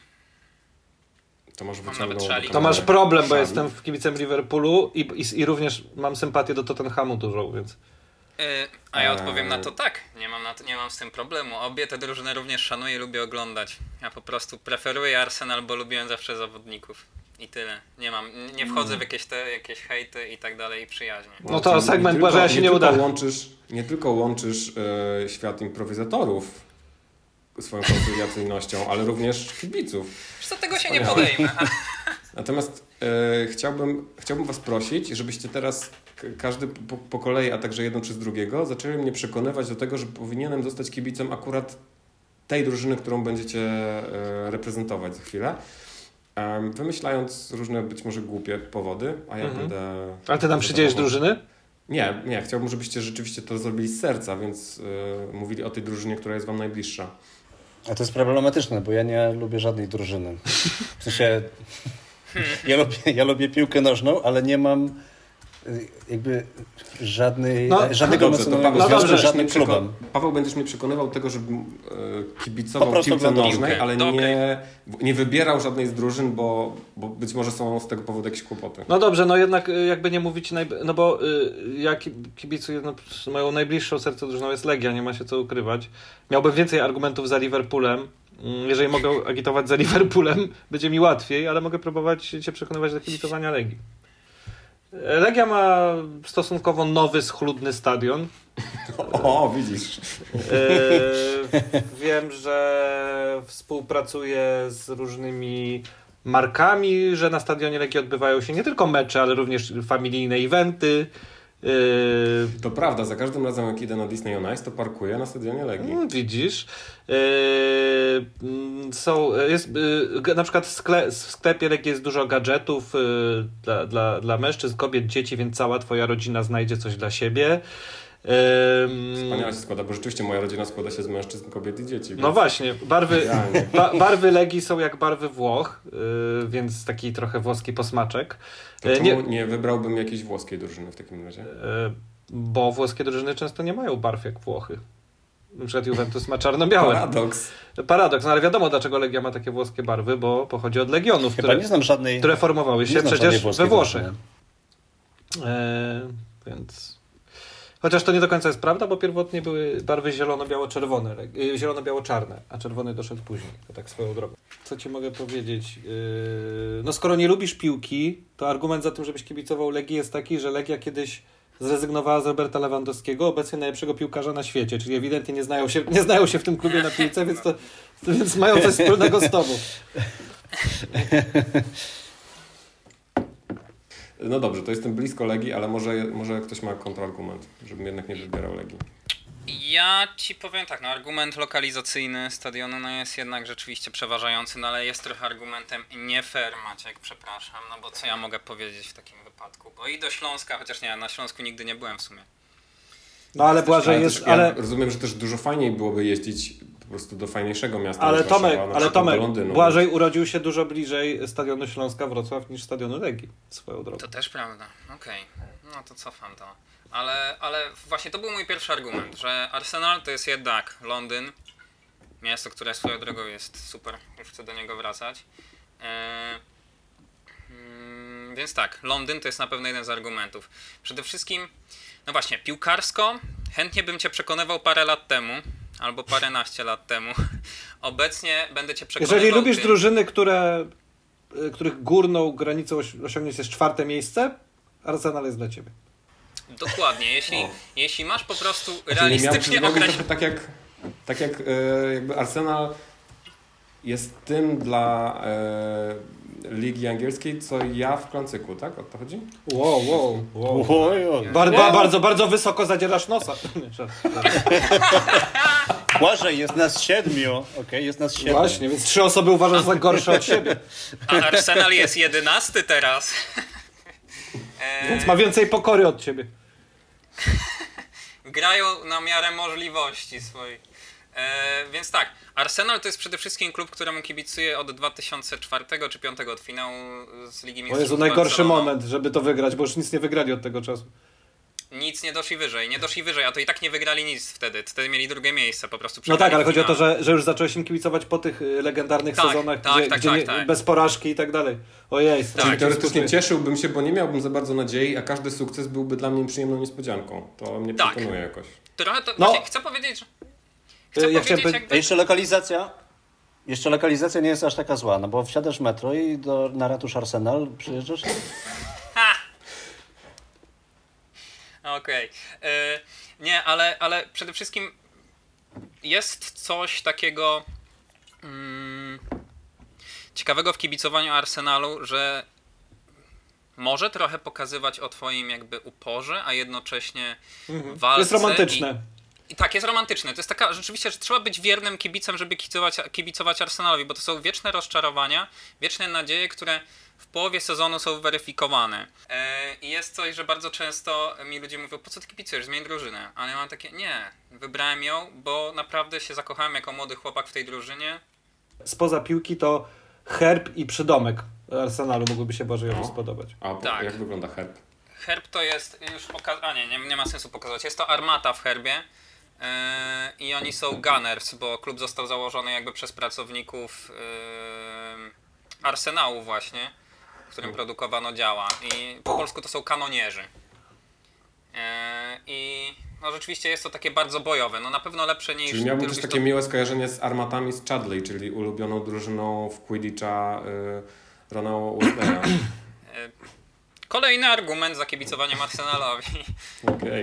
To może Mam wyciągnął nawet szalik. do To masz kamery problem, bo szalik. jestem kibicem Liverpoolu i również mam sympatię do Tottenhamu dużą, więc... A ja odpowiem na to tak. Nie mam z tym problemu. Obie te drużyny również szanuję i lubię oglądać. Ja po prostu preferuję Arsenal, bo lubiłem zawsze zawodników. I tyle. Nie wchodzę w jakieś hejty i tak dalej i przyjaźnie. No to Czyli segment Błażeja się nie uda. Nie tylko łączysz świat improwizatorów swoją koncyliacyjnością, ale również kibiców. Zresztą tego się nie podejmę. Natomiast chciałbym was prosić, żebyście teraz każdy po kolei, a także jeden przez drugiego, zaczęli mnie przekonywać do tego, że powinienem zostać kibicem akurat tej drużyny, którą będziecie reprezentować za chwilę. Wymyślając różne być może głupie powody, a ja będę... Ale ty nam przydzielisz drużyny? Nie. Chciałbym, żebyście rzeczywiście to zrobili z serca, więc mówili o tej drużynie, która jest wam najbliższa. A to jest problematyczne, bo ja nie lubię żadnej drużyny. W sensie, ja lubię piłkę nożną, ale nie mam jakby żadnego emocjonalnego związku z żadnym klubem. Paweł, będziesz mnie przekonywał do tego, żebym kibicował Po prostu piłce oglądam nożnej, piłkę. ale Dobry. nie wybierał żadnej z drużyn, bo być może są z tego powodu jakieś kłopoty. No dobrze, no jednak jakby nie mówić, no bo ja kibicuję, moją najbliższą sercu drużyną jest Legia, nie ma się co ukrywać. Miałbym więcej argumentów za Liverpoolem. Jeżeli mogę agitować za Liverpoolem, będzie mi łatwiej, ale mogę próbować cię przekonywać do kibicowania Legii. Legia ma stosunkowo nowy, schludny stadion. O, widzisz. Wiem, że współpracuje z różnymi markami, że na stadionie Legii odbywają się nie tylko mecze, ale również familijne eventy. To prawda, za każdym razem jak idę na Disney on Ice, to parkuję na stadionie Legii. Widzisz. Jest na przykład w sklepie Legii jest dużo gadżetów dla mężczyzn, kobiet, dzieci, więc cała twoja rodzina znajdzie coś dla siebie. Wspaniale się składa, bo rzeczywiście moja rodzina składa się z mężczyzn, kobiet i dzieci. No właśnie, Idealnie. barwy Legii są jak barwy Włoch, więc taki trochę włoski posmaczek. To czemu nie wybrałbym jakiejś włoskiej drużyny w takim razie? Bo włoskie drużyny często nie mają barw jak Włochy. Na przykład Juventus ma czarno-białe. Paradoks, no ale wiadomo dlaczego Legia ma takie włoskie barwy, bo pochodzi od legionów, nie znam żadnej, które formowały się przecież we Włoszech. Więc... Chociaż to nie do końca jest prawda, bo pierwotnie były barwy zielono-biało-czerwone, zielono-biało-czarne, a czerwony doszedł później, to tak swoją drogą. Co ci mogę powiedzieć? No skoro nie lubisz piłki, to argument za tym, żebyś kibicował Legii jest taki, że Legia kiedyś zrezygnowała z Roberta Lewandowskiego, obecnie najlepszego piłkarza na świecie, czyli ewidentnie nie znają się w tym klubie na piłce, więc mają coś wspólnego z tobą. No dobrze, to jestem blisko Legii, ale może ktoś ma kontrargument, żebym jednak nie wybierał Legii. Ja ci powiem tak, no argument lokalizacyjny stadionu no jest jednak rzeczywiście przeważający, no ale jest trochę argumentem nie fair, Maciek, przepraszam, no bo co ja mogę powiedzieć w takim wypadku, bo i do Śląska, chociaż nie, na Śląsku nigdy nie byłem w sumie. No ale Błażej jest... Ja rozumiem, że też dużo fajniej byłoby jeździć po prostu do fajniejszego miasta. Ale Tomek, do Londynu. Błażej urodził się dużo bliżej stadionu Śląska Wrocław niż stadionu Legii, swoją drogą. To też prawda, okej. No to cofam to. Ale właśnie to był mój pierwszy argument, że Arsenal to jest jednak Londyn, miasto, które swoją drogą jest super, już chcę do niego wracać. Więc tak, Londyn to jest na pewno jeden z argumentów. Przede wszystkim, no właśnie, piłkarsko chętnie bym cię przekonywał parę lat temu, albo paręnaście lat temu. Obecnie będę cię przekonywał... Jeżeli lubisz drużyny, których górną granicą osiągnięć jest 4. miejsce, Arsenal jest dla ciebie. Dokładnie, jeśli masz po prostu realistycznie określone... Tak jak jakby Arsenal jest tym dla Ligi Angielskiej, co ja w Klancyku, tak? O to chodzi? Wow. Bardzo wysoko zadzierasz nosa. Błażej, jest nas 7. Okej, jest nas 7. Właśnie, więc 3 osoby uważam za gorsze od siebie. A Arsenal jest 11 teraz. Więc ma więcej pokory od ciebie. Grają na miarę możliwości swoich. Więc tak, Arsenal to jest przede wszystkim klub, któremu kibicuję od 2004 czy 2005 od finału z Ligi Mistrzów. To jest najgorszy moment, żeby to wygrać, bo już nic nie wygrali od tego czasu. Nic nie doszli wyżej, a to i tak nie wygrali nic wtedy mieli drugie miejsce po prostu. No tak, ale chodzi o to, że już zacząłeś im kibicować po tych legendarnych sezonach, gdzie bez porażki i tak dalej. Ojej. Czyli teoretycznie cieszyłbym się, bo nie miałbym za bardzo nadziei, a każdy sukces byłby dla mnie przyjemną niespodzianką. To mnie przekonuje jakoś. Trochę to, właśnie chcę powiedzieć, że... Jeszcze lokalizacja nie jest aż taka zła, no bo wsiadasz w metro i na ratusz Arsenal przyjeżdżasz. Okej. Nie, ale przede wszystkim jest coś takiego ciekawego w kibicowaniu Arsenalu, że może trochę pokazywać o twoim jakby uporze, a jednocześnie walce. Jest romantyczne. I tak, jest romantyczne. To jest taka rzeczywiście, że trzeba być wiernym kibicem, żeby kibicować Arsenalowi, bo to są wieczne rozczarowania, wieczne nadzieje, które w połowie sezonu są weryfikowane. I jest coś, że bardzo często mi ludzie mówią, po co ty kibicujesz, zmień drużynę. Ale ja mam takie, nie, wybrałem ją, bo naprawdę się zakochałem jako młody chłopak w tej drużynie. Spoza piłki to herb i przydomek Arsenalu mogłyby się Bożejowi spodobać. A tak. Jak wygląda herb? Herb to jest już nie ma sensu pokazać. Jest to armata w herbie. I oni są Gunners, bo klub został założony jakby przez pracowników Arsenału właśnie, w którym produkowano działa. I po polsku to są kanonierzy. I no rzeczywiście jest to takie bardzo bojowe. No na pewno lepsze niż... Czyli miałbym też takie miłe skojarzenie z armatami z Chudley, czyli ulubioną drużyną w Quidditcha Rona Weasleya. Kolejny argument za kibicowaniem Arsenalowi. Okej.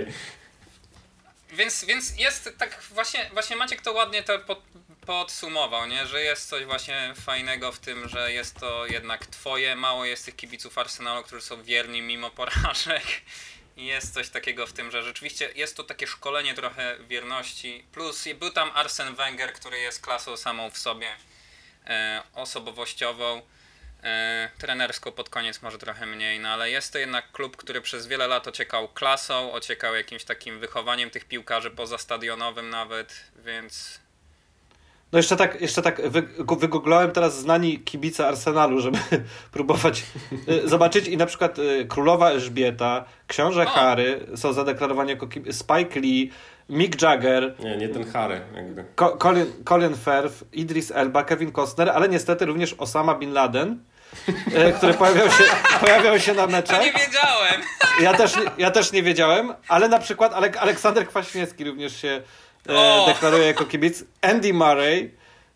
Więc jest tak właśnie Maciek to ładnie to podsumował, nie? Że jest coś właśnie fajnego w tym, że jest to jednak twoje, mało jest tych kibiców Arsenalu, którzy są wierni mimo porażek. I jest coś takiego w tym, że rzeczywiście jest to takie szkolenie trochę wierności. Plus był tam Arsene Wenger, który jest klasą samą w sobie, osobowościową. Trenerską pod koniec może trochę mniej, no ale jest to jednak klub, który przez wiele lat ociekał klasą, ociekał jakimś takim wychowaniem tych piłkarzy pozastadionowym nawet, więc... No jeszcze tak wygooglałem teraz znani kibice Arsenalu, żeby próbować zobaczyć i na przykład królowa Elżbieta, książę Harry są zadeklarowani jako Spike Lee, Mick Jagger. Nie ten Harry jakby. Colin Firth, Idris Elba, Kevin Costner, ale niestety również Osama Bin Laden, który pojawiał się na meczach. To nie wiedziałem! Ja też nie wiedziałem, ale na przykład Aleksander Kwaśniewski również się deklaruje jako kibic. Andy Murray.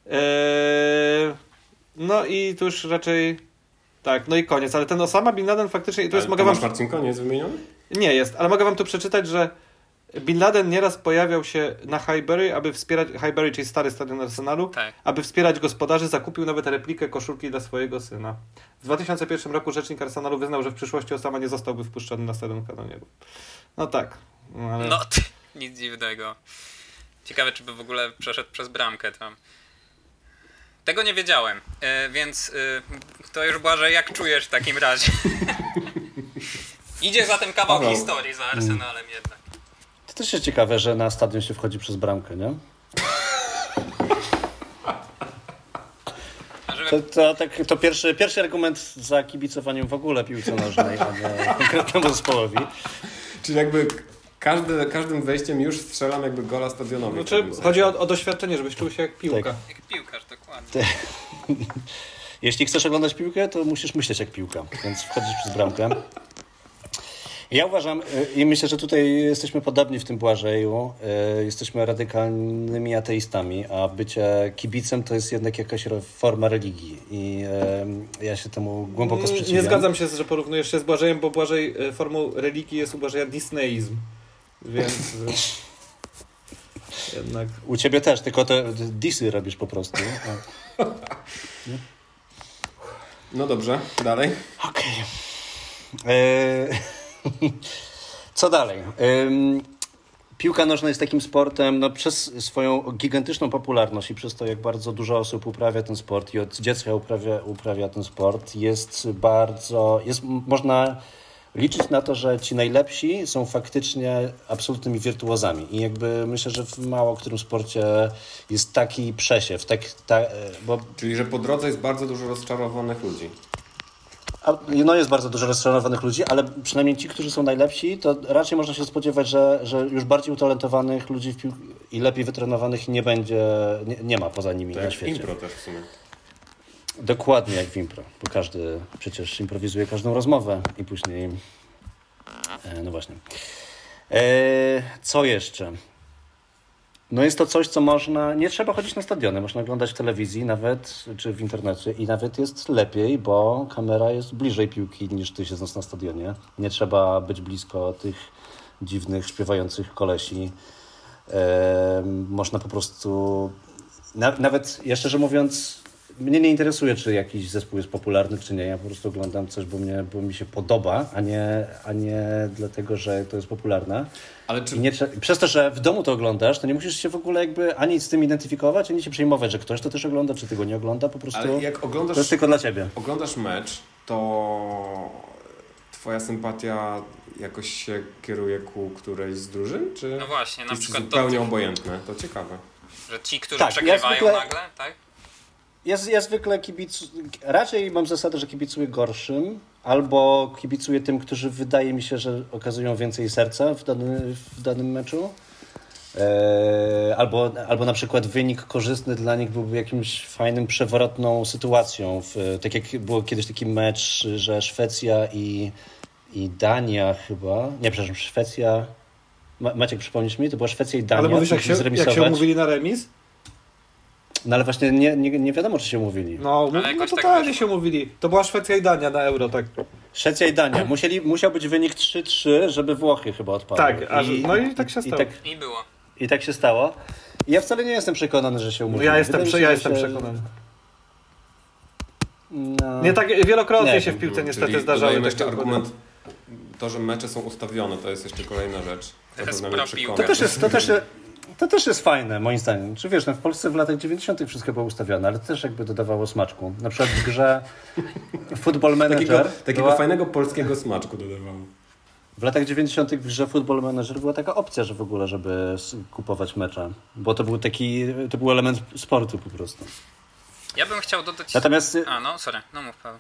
No i tu już raczej... Tak, no i koniec. Ale ten Osama Bin Laden faktycznie... Tu jest, Marcinko nie jest wymieniony? Nie jest, ale mogę wam tu przeczytać, że Bin Laden nieraz pojawiał się na Highbury, aby wspierać... Highbury, czyli stary stadion Arsenalu, tak. Aby wspierać gospodarzy, zakupił nawet replikę koszulki dla swojego syna. W 2001 roku rzecznik Arsenalu wyznał, że w przyszłości Osama nie zostałby wpuszczony na stadion kanonierów. No tak. Ale... No, nic dziwnego. Ciekawe, czy by w ogóle przeszedł przez bramkę tam. Tego nie wiedziałem, więc to już Błażej, jak czujesz w takim razie? Idzie zatem kawał historii za Arsenalem jednak. To też jest ciekawe, że na stadion się wchodzi przez bramkę, nie? To pierwszy argument za kibicowaniem w ogóle piłce nożnej, a nie konkretnemu zespołowi. Czyli jakby każdym wejściem już strzelam jakby gola stadionowy. Znaczy, chodzi o doświadczenie, żebyś czuł się jak piłka. Tak. Jak piłkarz, dokładnie. Jeśli chcesz oglądać piłkę, to musisz myśleć jak piłka, więc wchodzisz przez bramkę. Ja uważam i myślę, że tutaj jesteśmy podobni w tym Błażeju. Jesteśmy radykalnymi ateistami, a bycie kibicem to jest jednak jakaś forma religii i ja się temu głęboko sprzeciwiam. Nie zgadzam się, że porównujesz się z Błażejem, bo Błażej formą religii jest u Błażeja disneyizm. Więc jednak... U ciebie też, tylko to disy robisz po prostu. No dobrze, dalej. Okej. Co dalej? Piłka nożna jest takim sportem, no przez swoją gigantyczną popularność i przez to, jak bardzo dużo osób uprawia ten sport i od dziecka uprawia ten sport, można liczyć na to, że ci najlepsi są faktycznie absolutnymi wirtuozami. I jakby myślę, że w mało którym sporcie jest taki przesiew. Czyli, że po drodze jest bardzo dużo rozczarowanych ludzi. No jest bardzo dużo rozczarowanych ludzi, ale przynajmniej ci, którzy są najlepsi, to raczej można się spodziewać, że już bardziej utalentowanych ludzi i lepiej wytrenowanych nie ma poza nimi Tak na jak świecie. impro też w sumie. Dokładnie jak w impro, bo każdy przecież improwizuje każdą rozmowę i później... No właśnie. Co jeszcze? No jest to coś, co nie trzeba chodzić na stadiony, można oglądać w telewizji nawet, czy w internecie i nawet jest lepiej, bo kamera jest bliżej piłki niż ty siedząc na stadionie. Nie trzeba być blisko tych dziwnych, śpiewających kolesi. Można po prostu... Nawet, ja szczerze mówiąc, mnie nie interesuje, czy jakiś zespół jest popularny, czy nie. Ja po prostu oglądam coś, bo mi się podoba, a nie dlatego, że to jest popularne. Ale przez to, że w domu to oglądasz, to nie musisz się w ogóle jakby ani z tym identyfikować, ani się przejmować, że ktoś to też ogląda, czy ty go nie ogląda. Po prostu ale jak to jest tylko dla ciebie. Oglądasz mecz, to twoja sympatia jakoś się kieruje ku którejś z drużyn? Czy no właśnie, na przykład zupełnie obojętne? To ciekawe. Że ci, którzy przegrywają nagle, tak? Ja zwykle raczej mam zasadę, że kibicuję gorszym, albo kibicuję tym, którzy wydaje mi się, że okazują więcej serca w danym meczu. Albo na przykład wynik korzystny dla nich byłby jakimś fajnym, przewrotną sytuacją. Tak jak było kiedyś taki mecz, że Szwecja i Dania chyba... Nie, przepraszam, Szwecja... Maciek, przypomnisz mi? To była Szwecja i Dania. Ale mówisz, jak się umówili na remis? No ale właśnie nie wiadomo, czy się umówili. No totalnie tak się umówili. To była Szwecja i Dania na Euro, tak. Szwecja i Dania. Musiał być wynik 3-3, żeby Włochy chyba odpadły. Tak, i tak się stało. I było. I tak się stało. I ja wcale nie jestem przekonany, że się umówili. Ja jestem przekonany. No. Nie tak wielokrotnie się w piłce niestety zdarzały. Dodajemy jeszcze argument, to, że mecze są ustawione, to jest jeszcze kolejna rzecz. To też jest fajne, moim zdaniem. Czy wiesz, w Polsce w latach 90. wszystko było ustawione, ale też jakby dodawało smaczku. Na przykład w grze Football Manager... Takiego fajnego polskiego smaczku dodawało. W latach 90. w grze Football Manager była taka opcja, że w ogóle, żeby kupować mecze. Bo to był element sportu po prostu. Ja bym chciał dodać... Natomiast... mów Paweł.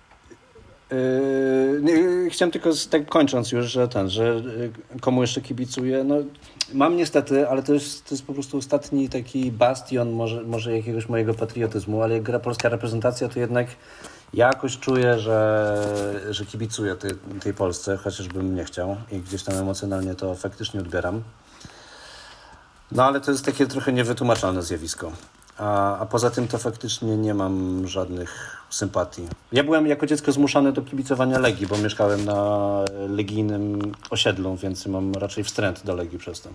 Chciałem tylko tak kończąc już, że komu jeszcze kibicuję, no mam niestety, ale to jest po prostu ostatni taki bastion może jakiegoś mojego patriotyzmu, ale jak gra polska reprezentacja, to jednak ja jakoś czuję, że kibicuję tej Polsce, chociażbym nie chciał i gdzieś tam emocjonalnie to faktycznie odbieram. No ale to jest takie trochę niewytłumaczalne zjawisko. A poza tym to faktycznie nie mam żadnych sympatii. Ja byłem jako dziecko zmuszany do kibicowania Legii, bo mieszkałem na legijnym osiedlu, więc mam raczej wstręt do Legii przez to.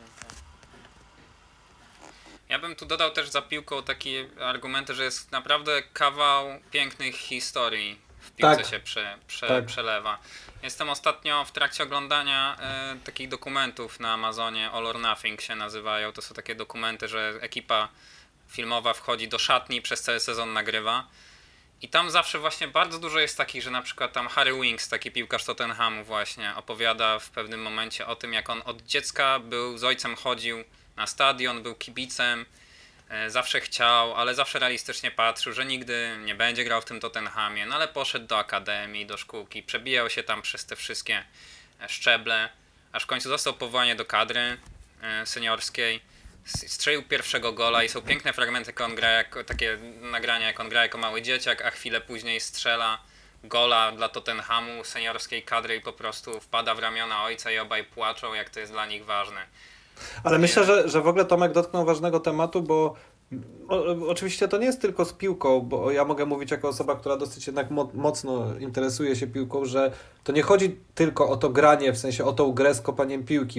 Ja bym tu dodał też za piłką takie argumenty, że jest naprawdę kawał pięknych historii w piłce się przelewa. Jestem ostatnio w trakcie oglądania takich dokumentów na Amazonie, All or Nothing się nazywają. To są takie dokumenty, że ekipa filmowa wchodzi do szatni, przez cały sezon nagrywa. I tam zawsze właśnie bardzo dużo jest takich, że na przykład tam Harry Winks, taki piłkarz Tottenhamu właśnie, opowiada w pewnym momencie o tym, jak on od dziecka z ojcem chodził na stadion, był kibicem, zawsze chciał, ale zawsze realistycznie patrzył, że nigdy nie będzie grał w tym Tottenhamie, no ale poszedł do akademii, do szkółki, przebijał się tam przez te wszystkie szczeble, aż w końcu został powołany do kadry seniorskiej. Strzelił pierwszego gola i są piękne fragmenty, jak on gra, takie nagrania, jak on gra jako mały dzieciak, a chwilę później strzela gola dla Tottenhamu, seniorskiej kadry i po prostu wpada w ramiona ojca i obaj płaczą, jak to jest dla nich ważne. Ale myślę, że w ogóle Tomek dotknął ważnego tematu, bo oczywiście to nie jest tylko z piłką, bo ja mogę mówić jako osoba, która dosyć jednak mocno interesuje się piłką, że to nie chodzi tylko o to granie, w sensie o tą grę z kopaniem piłki,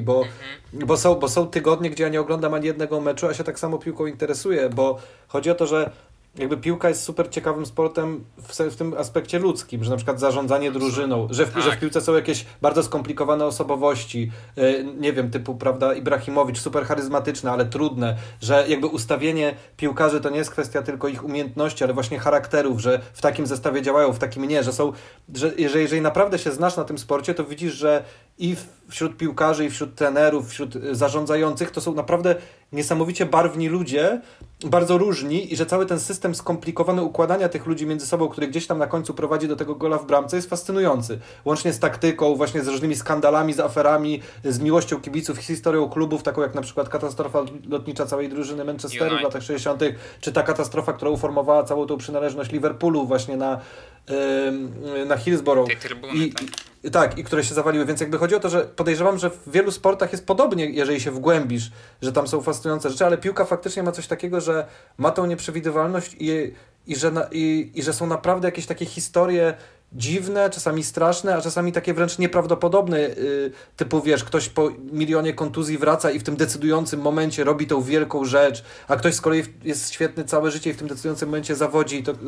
bo są tygodnie, gdzie ja nie oglądam ani jednego meczu, a się tak samo piłką interesuję, bo chodzi o to, że jakby piłka jest super ciekawym sportem w tym aspekcie ludzkim, że na przykład zarządzanie drużyną, że w piłce są jakieś bardzo skomplikowane osobowości, nie wiem, typu, prawda, Ibrahimowicz, super charyzmatyczne, ale trudne, że jakby ustawienie piłkarzy to nie jest kwestia tylko ich umiejętności, ale właśnie charakterów, że w takim zestawie działają, w takim nie, że jeżeli naprawdę się znasz na tym sporcie, to widzisz, że i wśród piłkarzy, i wśród trenerów, wśród zarządzających to są naprawdę niesamowicie barwni ludzie, bardzo różni i że cały ten system skomplikowany układania tych ludzi między sobą, który gdzieś tam na końcu prowadzi do tego gola w bramce, jest fascynujący. Łącznie z taktyką, właśnie z różnymi skandalami, z aferami, z miłością kibiców, z historią klubów, taką jak na przykład katastrofa lotnicza całej drużyny Manchesteru w latach 60., czy ta katastrofa, która uformowała całą tą przynależność Liverpoolu właśnie na Hillsborough. Tej trybuny, Tak, i które się zawaliły, więc jakby chodzi o to, że podejrzewam, że w wielu sportach jest podobnie, jeżeli się wgłębisz, że tam są fascynujące rzeczy, ale piłka faktycznie ma coś takiego, że ma tą nieprzewidywalność i że są naprawdę jakieś takie historie dziwne, czasami straszne, a czasami takie wręcz nieprawdopodobne, typu wiesz, ktoś po milionie kontuzji wraca i w tym decydującym momencie robi tą wielką rzecz, a ktoś z kolei jest świetny całe życie i w tym decydującym momencie zawodzi i to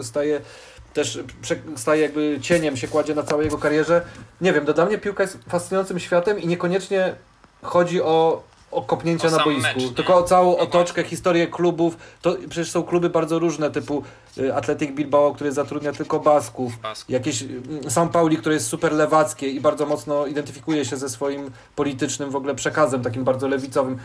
staje jakby cieniem, się kładzie na całej jego karierze. Nie wiem, dla mnie piłka jest fascynującym światem i niekoniecznie chodzi o kopnięcia na boisku, tylko o całą otoczkę, historię klubów. To przecież są kluby bardzo różne, typu Athletic Bilbao, który zatrudnia tylko Basków, jakieś São Pauli, które jest super lewackie i bardzo mocno identyfikuje się ze swoim politycznym w ogóle przekazem, takim bardzo lewicowym.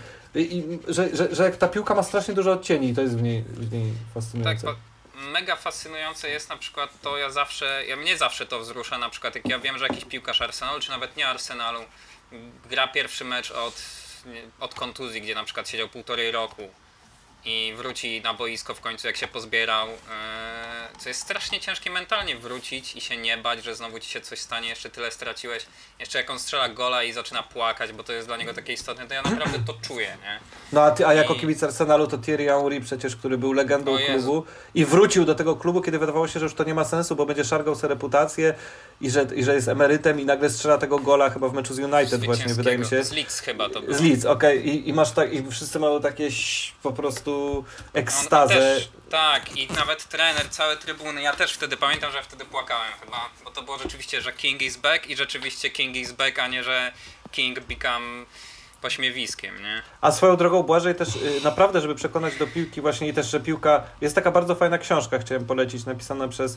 Że ta piłka ma strasznie dużo odcieni i to jest w niej fascynujące. Tak, mega fascynujące jest na przykład to, mnie zawsze to wzrusza, na przykład jak ja wiem, że jakiś piłkarz Arsenalu, czy nawet nie Arsenalu, gra pierwszy mecz od kontuzji, gdzie na przykład siedział 1,5 roku i wróci na boisko w końcu, jak się pozbierał, co jest strasznie ciężkie mentalnie wrócić i się nie bać, że znowu ci się coś stanie, jeszcze tyle straciłeś, jeszcze jak on strzela gola i zaczyna płakać, bo to jest dla niego takie istotne, to ja naprawdę to czuję, nie? No a jako kibic Arsenalu to Thierry Henry przecież, który był legendą klubu i wrócił do tego klubu, kiedy wydawało się, że już to nie ma sensu, bo będzie szargał sobie reputację i że jest emerytem i nagle strzela tego gola chyba w meczu z United właśnie, wydaje mi się. Z Leeds chyba to było. Z Leeds, okej. I masz i wszyscy mają takie po prostu ekstazę. Też, tak, i nawet trener, całe trybuny, ja też wtedy pamiętam, że wtedy płakałem chyba, bo to było rzeczywiście, że King is back i rzeczywiście King is back, a nie, że King become pośmiewiskiem, nie? A swoją drogą, Błażej, też naprawdę, żeby przekonać do piłki właśnie i też, że piłka, jest taka bardzo fajna książka, chciałem polecić, napisana przez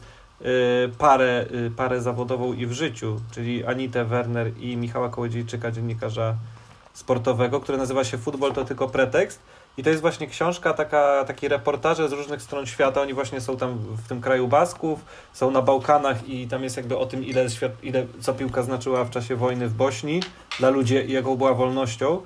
parę zawodową i w życiu, czyli Anitę Werner i Michała Kołodziejczyka, dziennikarza sportowego, który nazywa się Futbol to tylko pretekst. I to jest właśnie książka, takie reportaże z różnych stron świata. Oni właśnie są tam w tym kraju Basków, są na Bałkanach i tam jest jakby o tym, co piłka znaczyła w czasie wojny w Bośni dla ludzi i jaką była wolnością.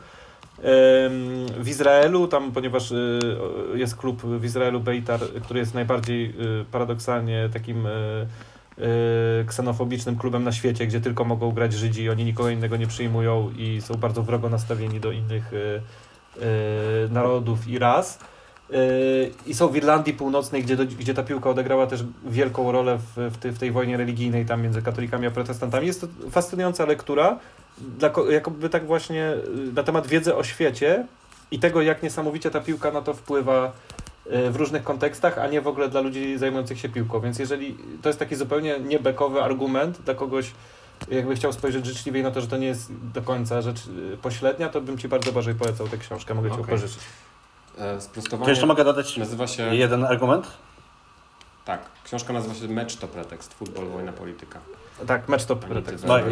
W Izraelu, tam ponieważ jest klub w Izraelu Beitar, który jest najbardziej paradoksalnie takim ksenofobicznym klubem na świecie, gdzie tylko mogą grać Żydzi i oni nikogo innego nie przyjmują i są bardzo wrogo nastawieni do innych narodów i ras. I są w Irlandii Północnej, gdzie ta piłka odegrała też wielką rolę w tej wojnie religijnej tam między katolikami a protestantami. Jest to fascynująca lektura, jakoby tak właśnie na temat wiedzy o świecie i tego, jak niesamowicie ta piłka na to wpływa w różnych kontekstach, a nie w ogóle dla ludzi zajmujących się piłką. Więc jeżeli to jest taki zupełnie niebekowy argument dla kogoś, jakby chciał spojrzeć życzliwiej na to, że to nie jest do końca rzecz pośrednia, to bym Ci bardzo bardziej polecał tę książkę. Mogę Ci ją pożyczyć. To jeszcze mogę dodać jeden argument? Tak, książka nazywa się Mecz to pretekst, futbol, wojna, polityka. Tak, Mecz to pretekst. No,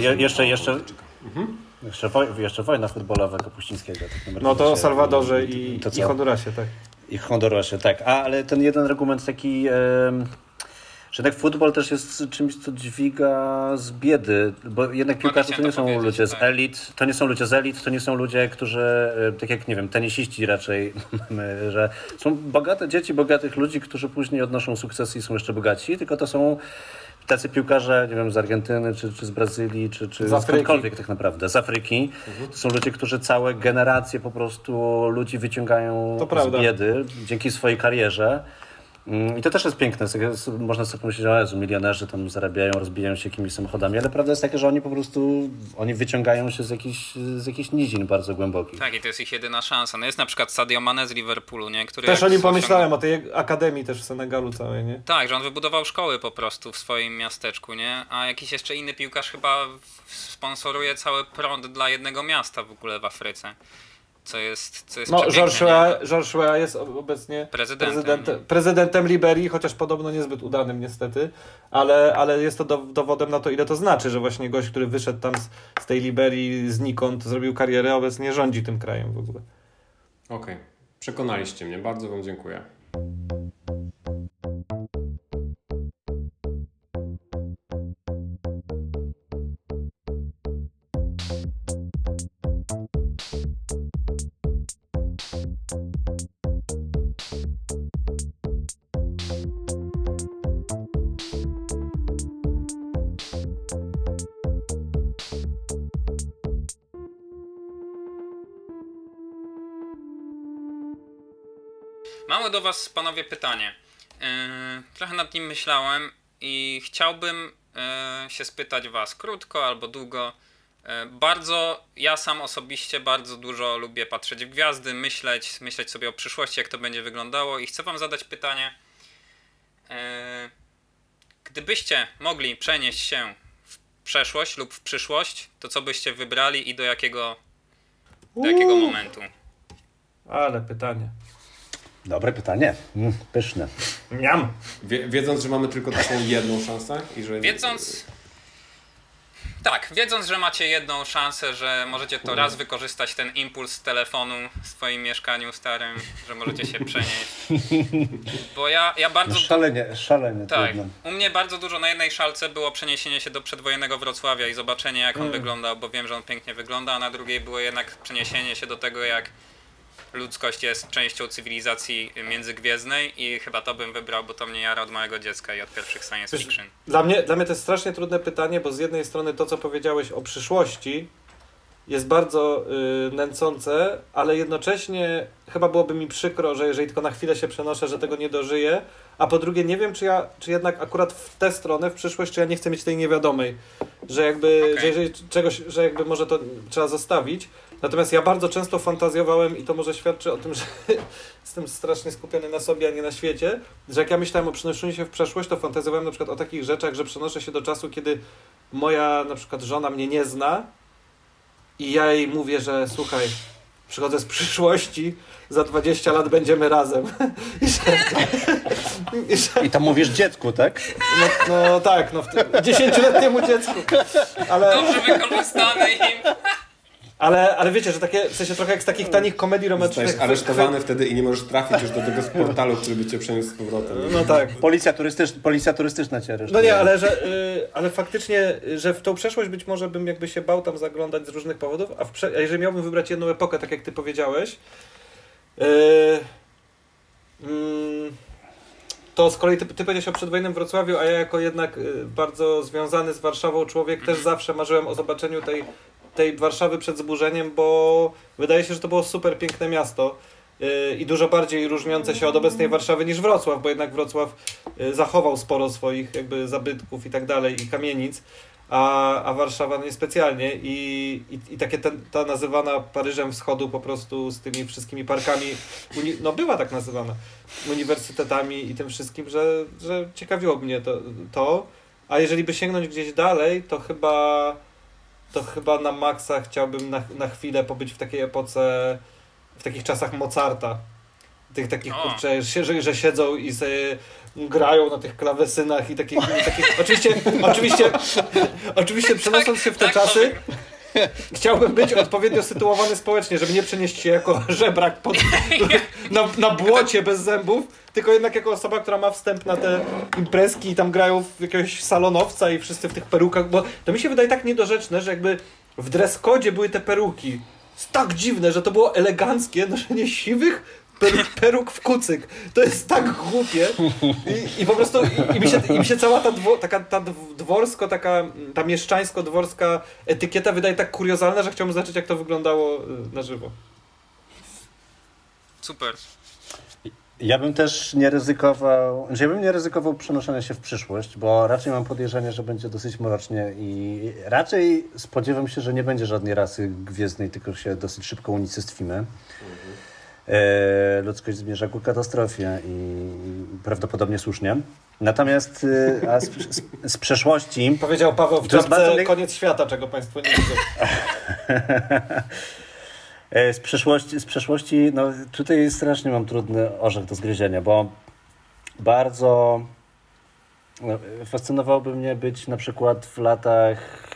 jeszcze wojna futbolowa Kapuścińskiego. Tak no to o Salwadorze i Hondurasie, tak. I Hondurasie, tak. Ale ten jeden argument taki... że tak futbol też jest czymś, co dźwiga z biedy, bo jednak piłkarze to nie są ludzie z elit, to nie są ludzie z elit, to nie są ludzie, którzy, tak jak, nie wiem, tenisiści raczej, że są dzieci bogatych ludzi, którzy później odnoszą sukcesy i są jeszcze bogaci, tylko to są tacy piłkarze, nie wiem, z Argentyny, czy z Brazylii, czy skądkolwiek tak naprawdę, z Afryki. To są ludzie, którzy całe generacje po prostu ludzi wyciągają z biedy dzięki swojej karierze. I to też jest piękne. Można sobie pomyśleć, że milionerzy tam zarabiają, rozbijają się jakimiś samochodami, ale prawda jest taka, że oni po prostu wyciągają się z jakichś nizin bardzo głębokich. Tak, i to jest ich jedyna szansa. No jest na przykład Sadio Mane z Liverpoolu, nie? Który Też o nim pomyślałem, o tej akademii też w Senegalu całej, nie? Tak, że on wybudował szkoły po prostu w swoim miasteczku, nie? A jakiś jeszcze inny piłkarz chyba sponsoruje cały prąd dla jednego miasta w ogóle w Afryce. Co jest No, przepiękne, George Weah jest obecnie prezydentem Liberii, chociaż podobno niezbyt udanym niestety, ale jest to dowodem na to, ile to znaczy, że właśnie gość, który wyszedł tam z tej Liberii znikąd, zrobił karierę, obecnie rządzi tym krajem w ogóle. Okej. Przekonaliście mnie. Bardzo wam dziękuję. Mamy do was, panowie, pytanie. Trochę nad nim myślałem i chciałbym się spytać was krótko albo długo. Ja sam osobiście bardzo dużo lubię patrzeć w gwiazdy, myśleć sobie o przyszłości, jak to będzie wyglądało i chcę wam zadać pytanie. Gdybyście mogli przenieść się w przeszłość lub w przyszłość, to co byście wybrali i do jakiego momentu? Ale pytanie. Dobre pytanie. Pyszne. Miam. Wiedząc, że mamy tylko taką jedną szansę i że... Wiedząc, że macie jedną szansę, że możecie to raz wykorzystać ten impuls telefonu w swoim mieszkaniu starym, że możecie się przenieść. Bo ja bardzo... Szalenie tak, trudno. u mnie bardzo dużo na jednej szalce było przeniesienie się do przedwojennego Wrocławia i zobaczenie, jak on wyglądał, bo wiem, że on pięknie wygląda, a na drugiej było jednak przeniesienie się do tego, jak ludzkość jest częścią cywilizacji międzygwiezdnej i chyba to bym wybrał, bo to mnie jara od małego dziecka i od pierwszych science fiction. Dla mnie to jest strasznie trudne pytanie, bo z jednej strony to, co powiedziałeś o przyszłości, jest bardzo nęcące, ale jednocześnie chyba byłoby mi przykro, że jeżeli tylko na chwilę się przenoszę, że tego nie dożyję, a po drugie nie wiem, czy jednak akurat w tę stronę, w przyszłość, czy ja nie chcę mieć tej niewiadomej, że jakby, że jeżeli czegoś, że jakby może to trzeba zostawić. Natomiast ja bardzo często fantazjowałem i to może świadczy o tym, że jestem strasznie skupiony na sobie, a nie na świecie, że jak ja myślałem o przenoszeniu się w przeszłość, to fantazjowałem na przykład o takich rzeczach, że przenoszę się do czasu, kiedy moja na przykład żona mnie nie zna i ja jej mówię, że słuchaj, przychodzę z przyszłości, za 20 lat będziemy razem. I to mówisz dziecku, tak? No tak, 10-letniemu dziecku. Dobrze wykorzystany im. Ale wiecie, że takie, w sensie trochę jak z takich tanich komedii romantycznych... Zostajesz aresztowany wtedy i nie możesz trafić już do tego portalu, który by cię przeniósł z powrotem. No tak. Policja turystyczna cię aresztuje. No nie, ale faktycznie, że w tą przeszłość być może bym jakby się bał tam zaglądać z różnych powodów, a jeżeli miałbym wybrać jedną epokę, tak jak ty powiedziałeś, to z kolei ty powiedziałeś o przedwojennym Wrocławiu, a ja jako jednak bardzo związany z Warszawą człowiek też zawsze marzyłem o zobaczeniu tej Warszawy przed zburzeniem, bo wydaje się, że to było super piękne miasto i dużo bardziej różniące się od obecnej Warszawy niż Wrocław, bo jednak Wrocław zachował sporo swoich jakby zabytków i tak dalej i kamienic, a Warszawa niespecjalnie i takie ta nazywana Paryżem Wschodu po prostu z tymi wszystkimi parkami, była tak nazywana, uniwersytetami i tym wszystkim, że ciekawiło mnie to. A jeżeli by sięgnąć gdzieś dalej, to chyba na maksa chciałbym na chwilę pobyć w takiej epoce, w takich czasach Mozarta. Tych takich, kurczę, że siedzą i sobie grają na tych klawesynach i takich oczywiście przenosząc się w te czasy, chciałbym być odpowiednio sytuowany społecznie, żeby nie przenieść się jako żebrak na błocie bez zębów, tylko jednak jako osoba, która ma wstęp na te imprezki i tam grają w jakiegoś salonowca i wszyscy w tych perukach, bo to mi się wydaje tak niedorzeczne, że jakby w dress codzie były te peruki. Jest tak dziwne, że to było eleganckie noszenie siwych peruk w kucyk. To jest tak głupie i po prostu mi się cała ta dworsko, ta mieszczańsko-dworska etykieta wydaje tak kuriozalna, że chciałbym zobaczyć, jak to wyglądało na żywo. Super. Ja bym też nie ryzykował przenoszenia się w przyszłość, bo raczej mam podejrzenie, że będzie dosyć mrocznie i raczej spodziewam się, że nie będzie żadnej rasy gwiezdnej, tylko się dosyć szybko unicestwimy. Ludzkość zmierza ku katastrofie i prawdopodobnie słusznie. Natomiast z przeszłości... Powiedział Paweł w To jest czapce bardzo koniec świata, czego Państwo nie widzą. Z przeszłości, no tutaj strasznie mam trudny orzech do zgryzienia, bo bardzo fascynowałoby mnie być na przykład w latach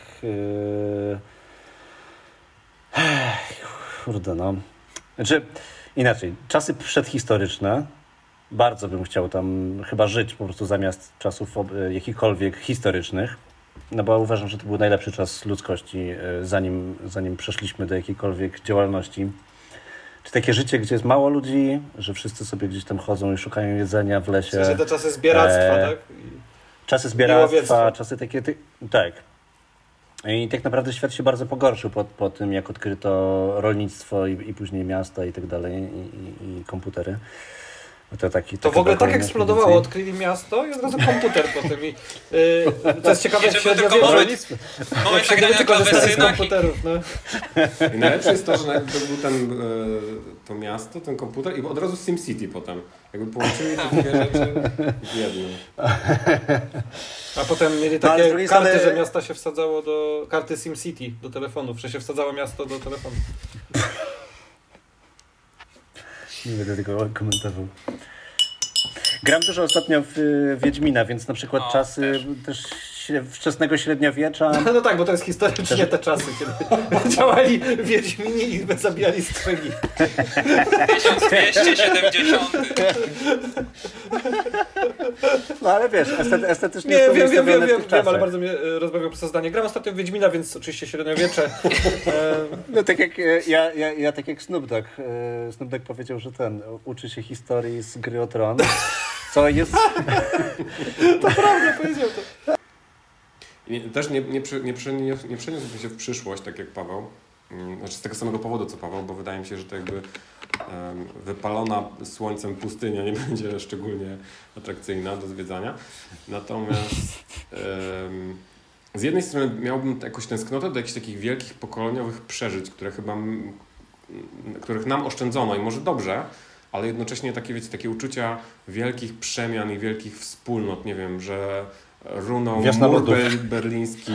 znaczy inaczej, czasy przedhistoryczne. Bardzo bym chciał tam chyba żyć po prostu zamiast czasów jakichkolwiek historycznych. No bo uważam, że to był najlepszy czas ludzkości, zanim przeszliśmy do jakiejkolwiek działalności. Czy takie życie, gdzie jest mało ludzi, że wszyscy sobie gdzieś tam chodzą i szukają jedzenia w lesie. W sensie te czasy zbieractwa, tak? Czasy zbieractwa, czasy takie... Tak. I tak naprawdę świat się bardzo pogorszył po tym, jak odkryto rolnictwo i później miasta i tak dalej, i komputery. To w ogóle tak eksplodowało, odkryli miasto i od razu komputer po tym. To jest ciekawe, jak średniowieczu korzystali z komputerów. No. I najlepsze jest to, że to był to miasto, ten komputer i od razu SimCity potem. Jakby połączyli te dwie rzeczy w jedno. A potem mieli takie karty, że miasta się wsadzało do karty SimCity, do telefonów, że się wsadzało miasto do telefonu. Nie będę tego komentował. Gram dużo ostatnio w Wiedźmina, więc na przykład czasy też wczesnego średniowiecza. No tak, bo to jest historycznie te czasy, kiedy działali Wiedźmini i zabijali strzegi. 1270. No ale wiesz, estetycznie nie, jest to wiem, ale bardzo mnie rozbawiło przez to zdanie. Gram ostatnio w Wiedźmina, więc oczywiście średniowiecze. No tak jak ja tak jak Snoop Dogg powiedział, że uczy się historii z Gry o Tron. Co jest... To prawda, powiedział to. Też nie przeniósłbym się w przyszłość, tak jak Paweł. Znaczy z tego samego powodu, co Paweł, bo wydaje mi się, że to jakby wypalona słońcem pustynia nie będzie szczególnie atrakcyjna do zwiedzania. Natomiast z jednej strony miałbym jakąś tęsknotę do jakichś takich wielkich pokoleniowych przeżyć, których nam oszczędzono i może dobrze, ale jednocześnie takie uczucia wielkich przemian i wielkich wspólnot, nie wiem, że runął mur berliński,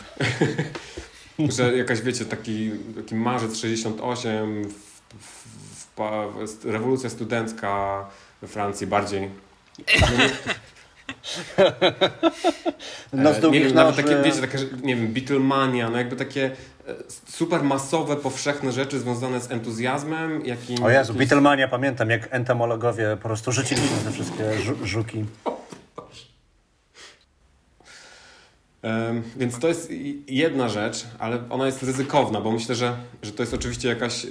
że jakaś, wiecie, taki marzec 68, rewolucja studencka we Francji bardziej. Nawet takie, wiecie, takie, nie wiem, Beatlemania, no jakby takie super masowe, powszechne rzeczy związane z entuzjazmem. O Jezu, Beatlemania, pamiętam, jak entomologowie po prostu rzucili się te wszystkie żuki. Więc to jest jedna rzecz, ale ona jest ryzykowna, bo myślę, że to jest oczywiście jakaś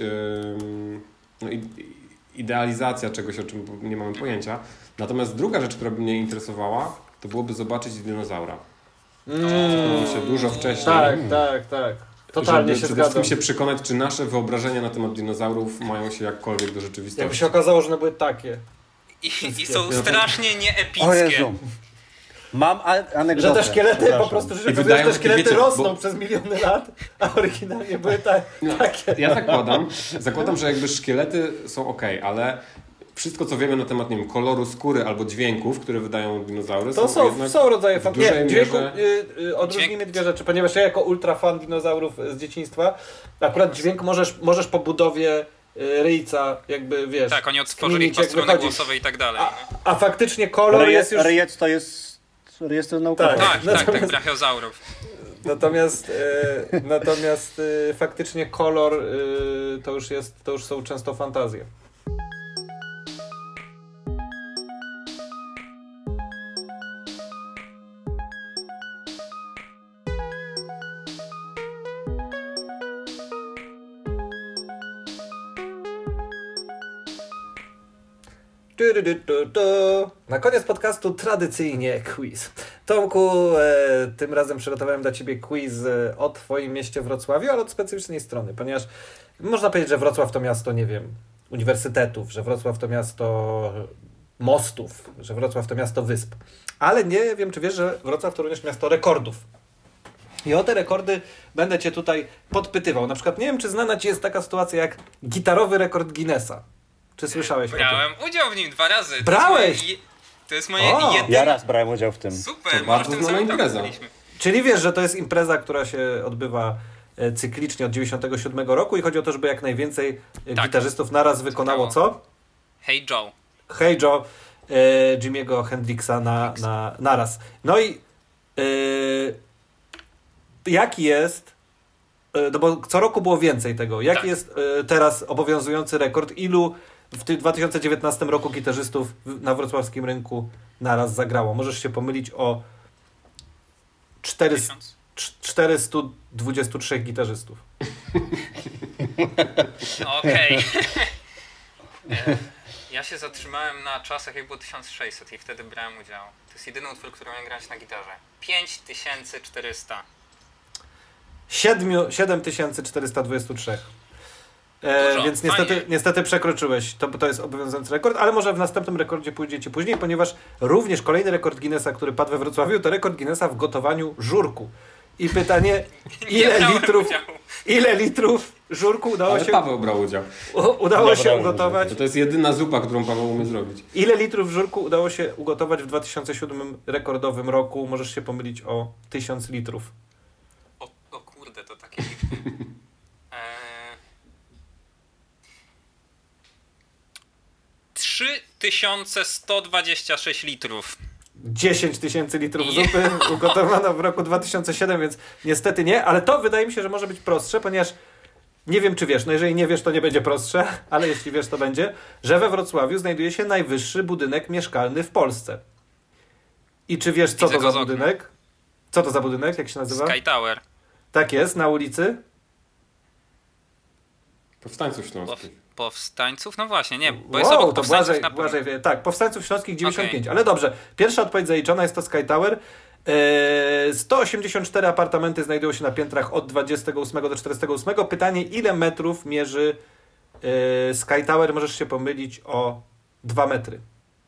idealizacja czegoś, o czym nie mamy pojęcia. Natomiast druga rzecz, która by mnie interesowała, to byłoby zobaczyć dinozaura. Się dużo wcześniej. Tak. Totalnie się przede wszystkim się przekonać, czy nasze wyobrażenia na temat dinozaurów mają się jakkolwiek do rzeczywistości. Jakby się okazało, że one były takie. I są strasznie nieepickie. O Jezu. Mam anegdotę. Że te szkielety po prostu, że te szkielety rosną przez miliony lat, a oryginalnie były takie. Ja zakładam, że jakby szkielety są okej, ale wszystko, co wiemy na temat, nie wiem, koloru skóry albo dźwięków, które wydają dinozaury, to są rodzaje fan. Nie, dźwięku, odróżnimy dwie rzeczy, ponieważ ja jako ultra fan dinozaurów z dzieciństwa, akurat dźwięk możesz po budowie ryjca, jakby, wiesz... Tak, oni odtworzyli strony głosowe i tak dalej. A faktycznie kolor jest już... Ryjec to jest rejestr naukowy. Tak, brachiozaurów. Natomiast faktycznie kolor to już są często fantazje. Na koniec podcastu tradycyjnie quiz. Tomku, tym razem przygotowałem dla Ciebie quiz o Twoim mieście Wrocławiu, ale od specyficznej strony, ponieważ można powiedzieć, że Wrocław to miasto, nie wiem, uniwersytetów, że Wrocław to miasto mostów, że Wrocław to miasto wysp. Ale nie wiem, czy wiesz, że Wrocław to również miasto rekordów. I o te rekordy będę cię tutaj podpytywał. Na przykład nie wiem, czy znana ci jest taka sytuacja jak gitarowy rekord Guinnessa. Czy słyszałeś o tym? Brałem udział w nim 2 razy. Brałeś? To jest moje O! jedyne... Ja raz brałem udział w tym. Super, To może bardzo w tym znana samym roku impreza. byliśmy. Czyli wiesz, że to jest impreza, która się odbywa cyklicznie od 97 roku i chodzi o to, żeby jak najwięcej Tak. gitarzystów naraz wykonało co? Hey Joe. Hey Joe, Jimiego Hendrixa naraz. No i jaki jest, no bo co roku było więcej tego, jaki Tak. jest teraz obowiązujący rekord, ilu w tym 2019 roku gitarzystów na wrocławskim rynku naraz zagrało? Możesz się pomylić o 1000. 423 gitarzystów. Okej. Ja się zatrzymałem na czasach, jak było 1600 i wtedy brałem udział. To jest jedyny utwór, który umiem grać na gitarze. 5400. 7423. Dużo, Więc fajnie. niestety przekroczyłeś. To jest obowiązujący rekord, ale może w następnym rekordzie pójdzie ci później, ponieważ również kolejny rekord Guinnessa, który padł we Wrocławiu, to rekord Guinnessa w gotowaniu żurku. I pytanie, Nie brałem ile litrów żurku udało Ale się, Paweł brał udział. udało Ja się brałem ugotować? To jest jedyna zupa, którą Paweł umie zrobić. Ile litrów żurku udało się ugotować w 2007 rekordowym roku? Możesz się pomylić o 1000 litrów. O kurde, to takie liczby. 3126 litrów. 10 tysięcy litrów zupy ugotowano w roku 2007, więc niestety nie, ale to wydaje mi się, że może być prostsze, ponieważ nie wiem, czy wiesz, no jeżeli nie wiesz, to nie będzie prostsze, ale jeśli wiesz, to będzie, że we Wrocławiu znajduje się najwyższy budynek mieszkalny w Polsce. I czy wiesz, co Widzę to go za z okna. budynek? Co to za budynek? Jak się nazywa? Sky Tower. Tak jest, na ulicy? Powstańców śląskich. Powstańców? No właśnie, nie, bo jest obok to Powstańców na Błażej pewno. wie. Tak, Powstańców Śląskich 95. Ale dobrze, pierwsza odpowiedź zaliczona, jest to Sky Tower. 184 apartamenty znajdują się na piętrach od 28 do 48. Pytanie, ile metrów mierzy Sky Tower? Możesz się pomylić o 2 metry.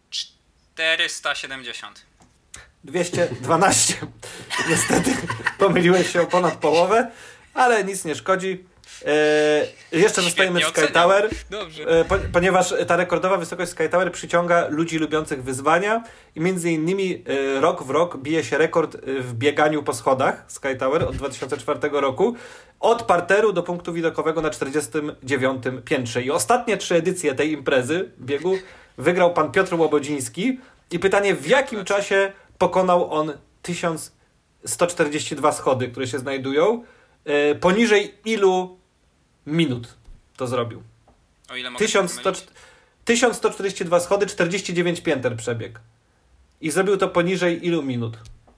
470. 212. Niestety pomyliłeś się o ponad połowę, ale nic nie szkodzi. Jeszcze zostajemy w Sky oceniam. Tower. Dobrze. Ponieważ ta rekordowa wysokość Sky Tower przyciąga ludzi lubiących wyzwania i między innymi rok w rok bije się rekord w bieganiu po schodach Sky Tower od 2004 roku od parteru do punktu widokowego na 49 piętrze. I ostatnie 3 edycje tej imprezy biegu wygrał pan Piotr Łobodziński i pytanie, w jakim czasie pokonał on 1142 schody, które się znajdują, poniżej ilu minut to zrobił? O ile mogę 1142 schody, 49 pięter przebieg. I zrobił to poniżej ilu minut?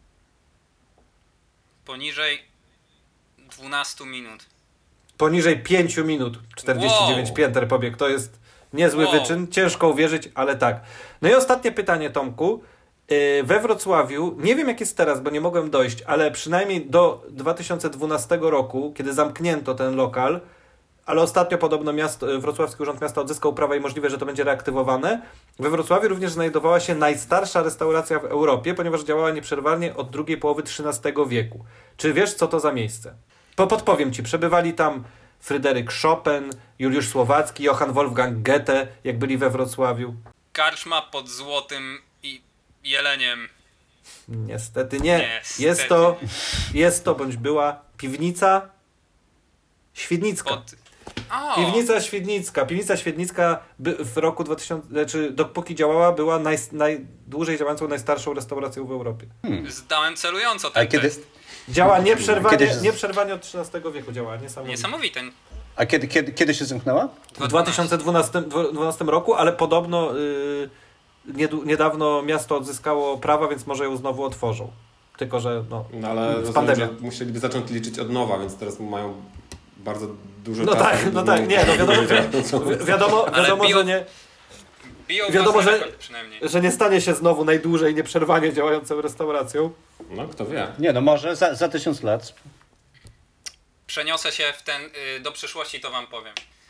Poniżej 12 minut. Poniżej 5 minut 49 Wow. pięter pobieg. To jest niezły Wow. wyczyn. Ciężko uwierzyć, ale tak. No i ostatnie pytanie, Tomku. We Wrocławiu, nie wiem jak jest teraz, bo nie mogłem dojść, ale przynajmniej do 2012 roku, kiedy zamknięto ten lokal, ale ostatnio podobno Wrocławski Urząd Miasta odzyskał prawa i możliwe, że to będzie reaktywowane. We Wrocławiu również znajdowała się najstarsza restauracja w Europie, ponieważ działała nieprzerwanie od drugiej połowy XIII wieku. Czy wiesz, co to za miejsce? Podpowiem ci. Przebywali tam Fryderyk Chopin, Juliusz Słowacki, Johann Wolfgang Goethe, jak byli we Wrocławiu. Karczma pod Złotym i Jeleniem. Niestety nie. Niestety. Jest to bądź była piwnica Świdnicka. Piwnica Świdnicka. Piwnica Świdnicka w roku 2000, znaczy dopóki działała, była najdłużej działającą, najstarszą restauracją w Europie. Zdałem celująco A ten kiedy, test. Działa nieprzerwanie, Kiedyś- nieprzerwanie od XIII wieku działa. Niesamowite. kiedy się zamknęła? W 2012 roku, ale podobno niedawno miasto odzyskało prawa, więc może ją znowu otworzą. Tylko, że No ale rozumiem, pandemia. że musieliby zacząć liczyć od nowa, więc teraz mają bardzo dużo No czasu. tak, nie, no wiadomo, że nie. Biją Wiadomo, własny że- rekord przynajmniej. Że nie stanie się znowu najdłużej nieprzerwanie działającą restauracją. No kto wie. Nie, no może za 1000 lat. Przeniosę się do przyszłości, to wam powiem.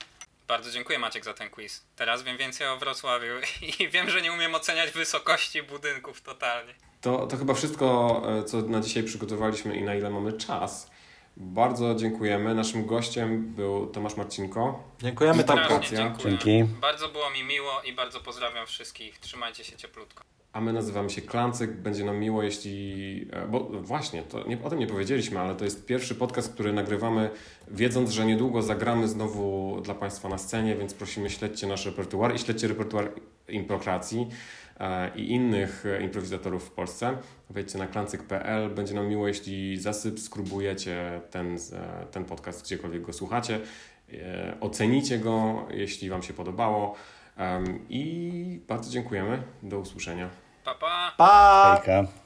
Bardzo dziękuję, Maciek, za ten quiz. Teraz wiem więcej o Wrocławiu i wiem, że nie umiem oceniać wysokości budynków totalnie. To chyba wszystko, co na dzisiaj przygotowaliśmy i na ile mamy czas. Bardzo dziękujemy. Naszym gościem był Tomasz Marcinko. Dziękujemy, I Tomku. Tomku. Dziękuję. Dzięki. Bardzo było mi miło i bardzo pozdrawiam wszystkich. Trzymajcie się cieplutko. A my nazywamy się Klancyk. Będzie nam miło, jeśli... Bo właśnie, o tym nie powiedzieliśmy, ale to jest pierwszy podcast, który nagrywamy, wiedząc, że niedługo zagramy znowu dla Państwa na scenie, więc prosimy, śledźcie nasz repertuar i śledźcie repertuar Improkracji i innych improwizatorów w Polsce. Wejdźcie na klancyk.pl. Będzie nam miło, jeśli zasubskrybujecie ten podcast, gdziekolwiek go słuchacie. Ocenicie go, jeśli Wam się podobało. I bardzo dziękujemy. Do usłyszenia. Pa, pa! Pa! Hejka.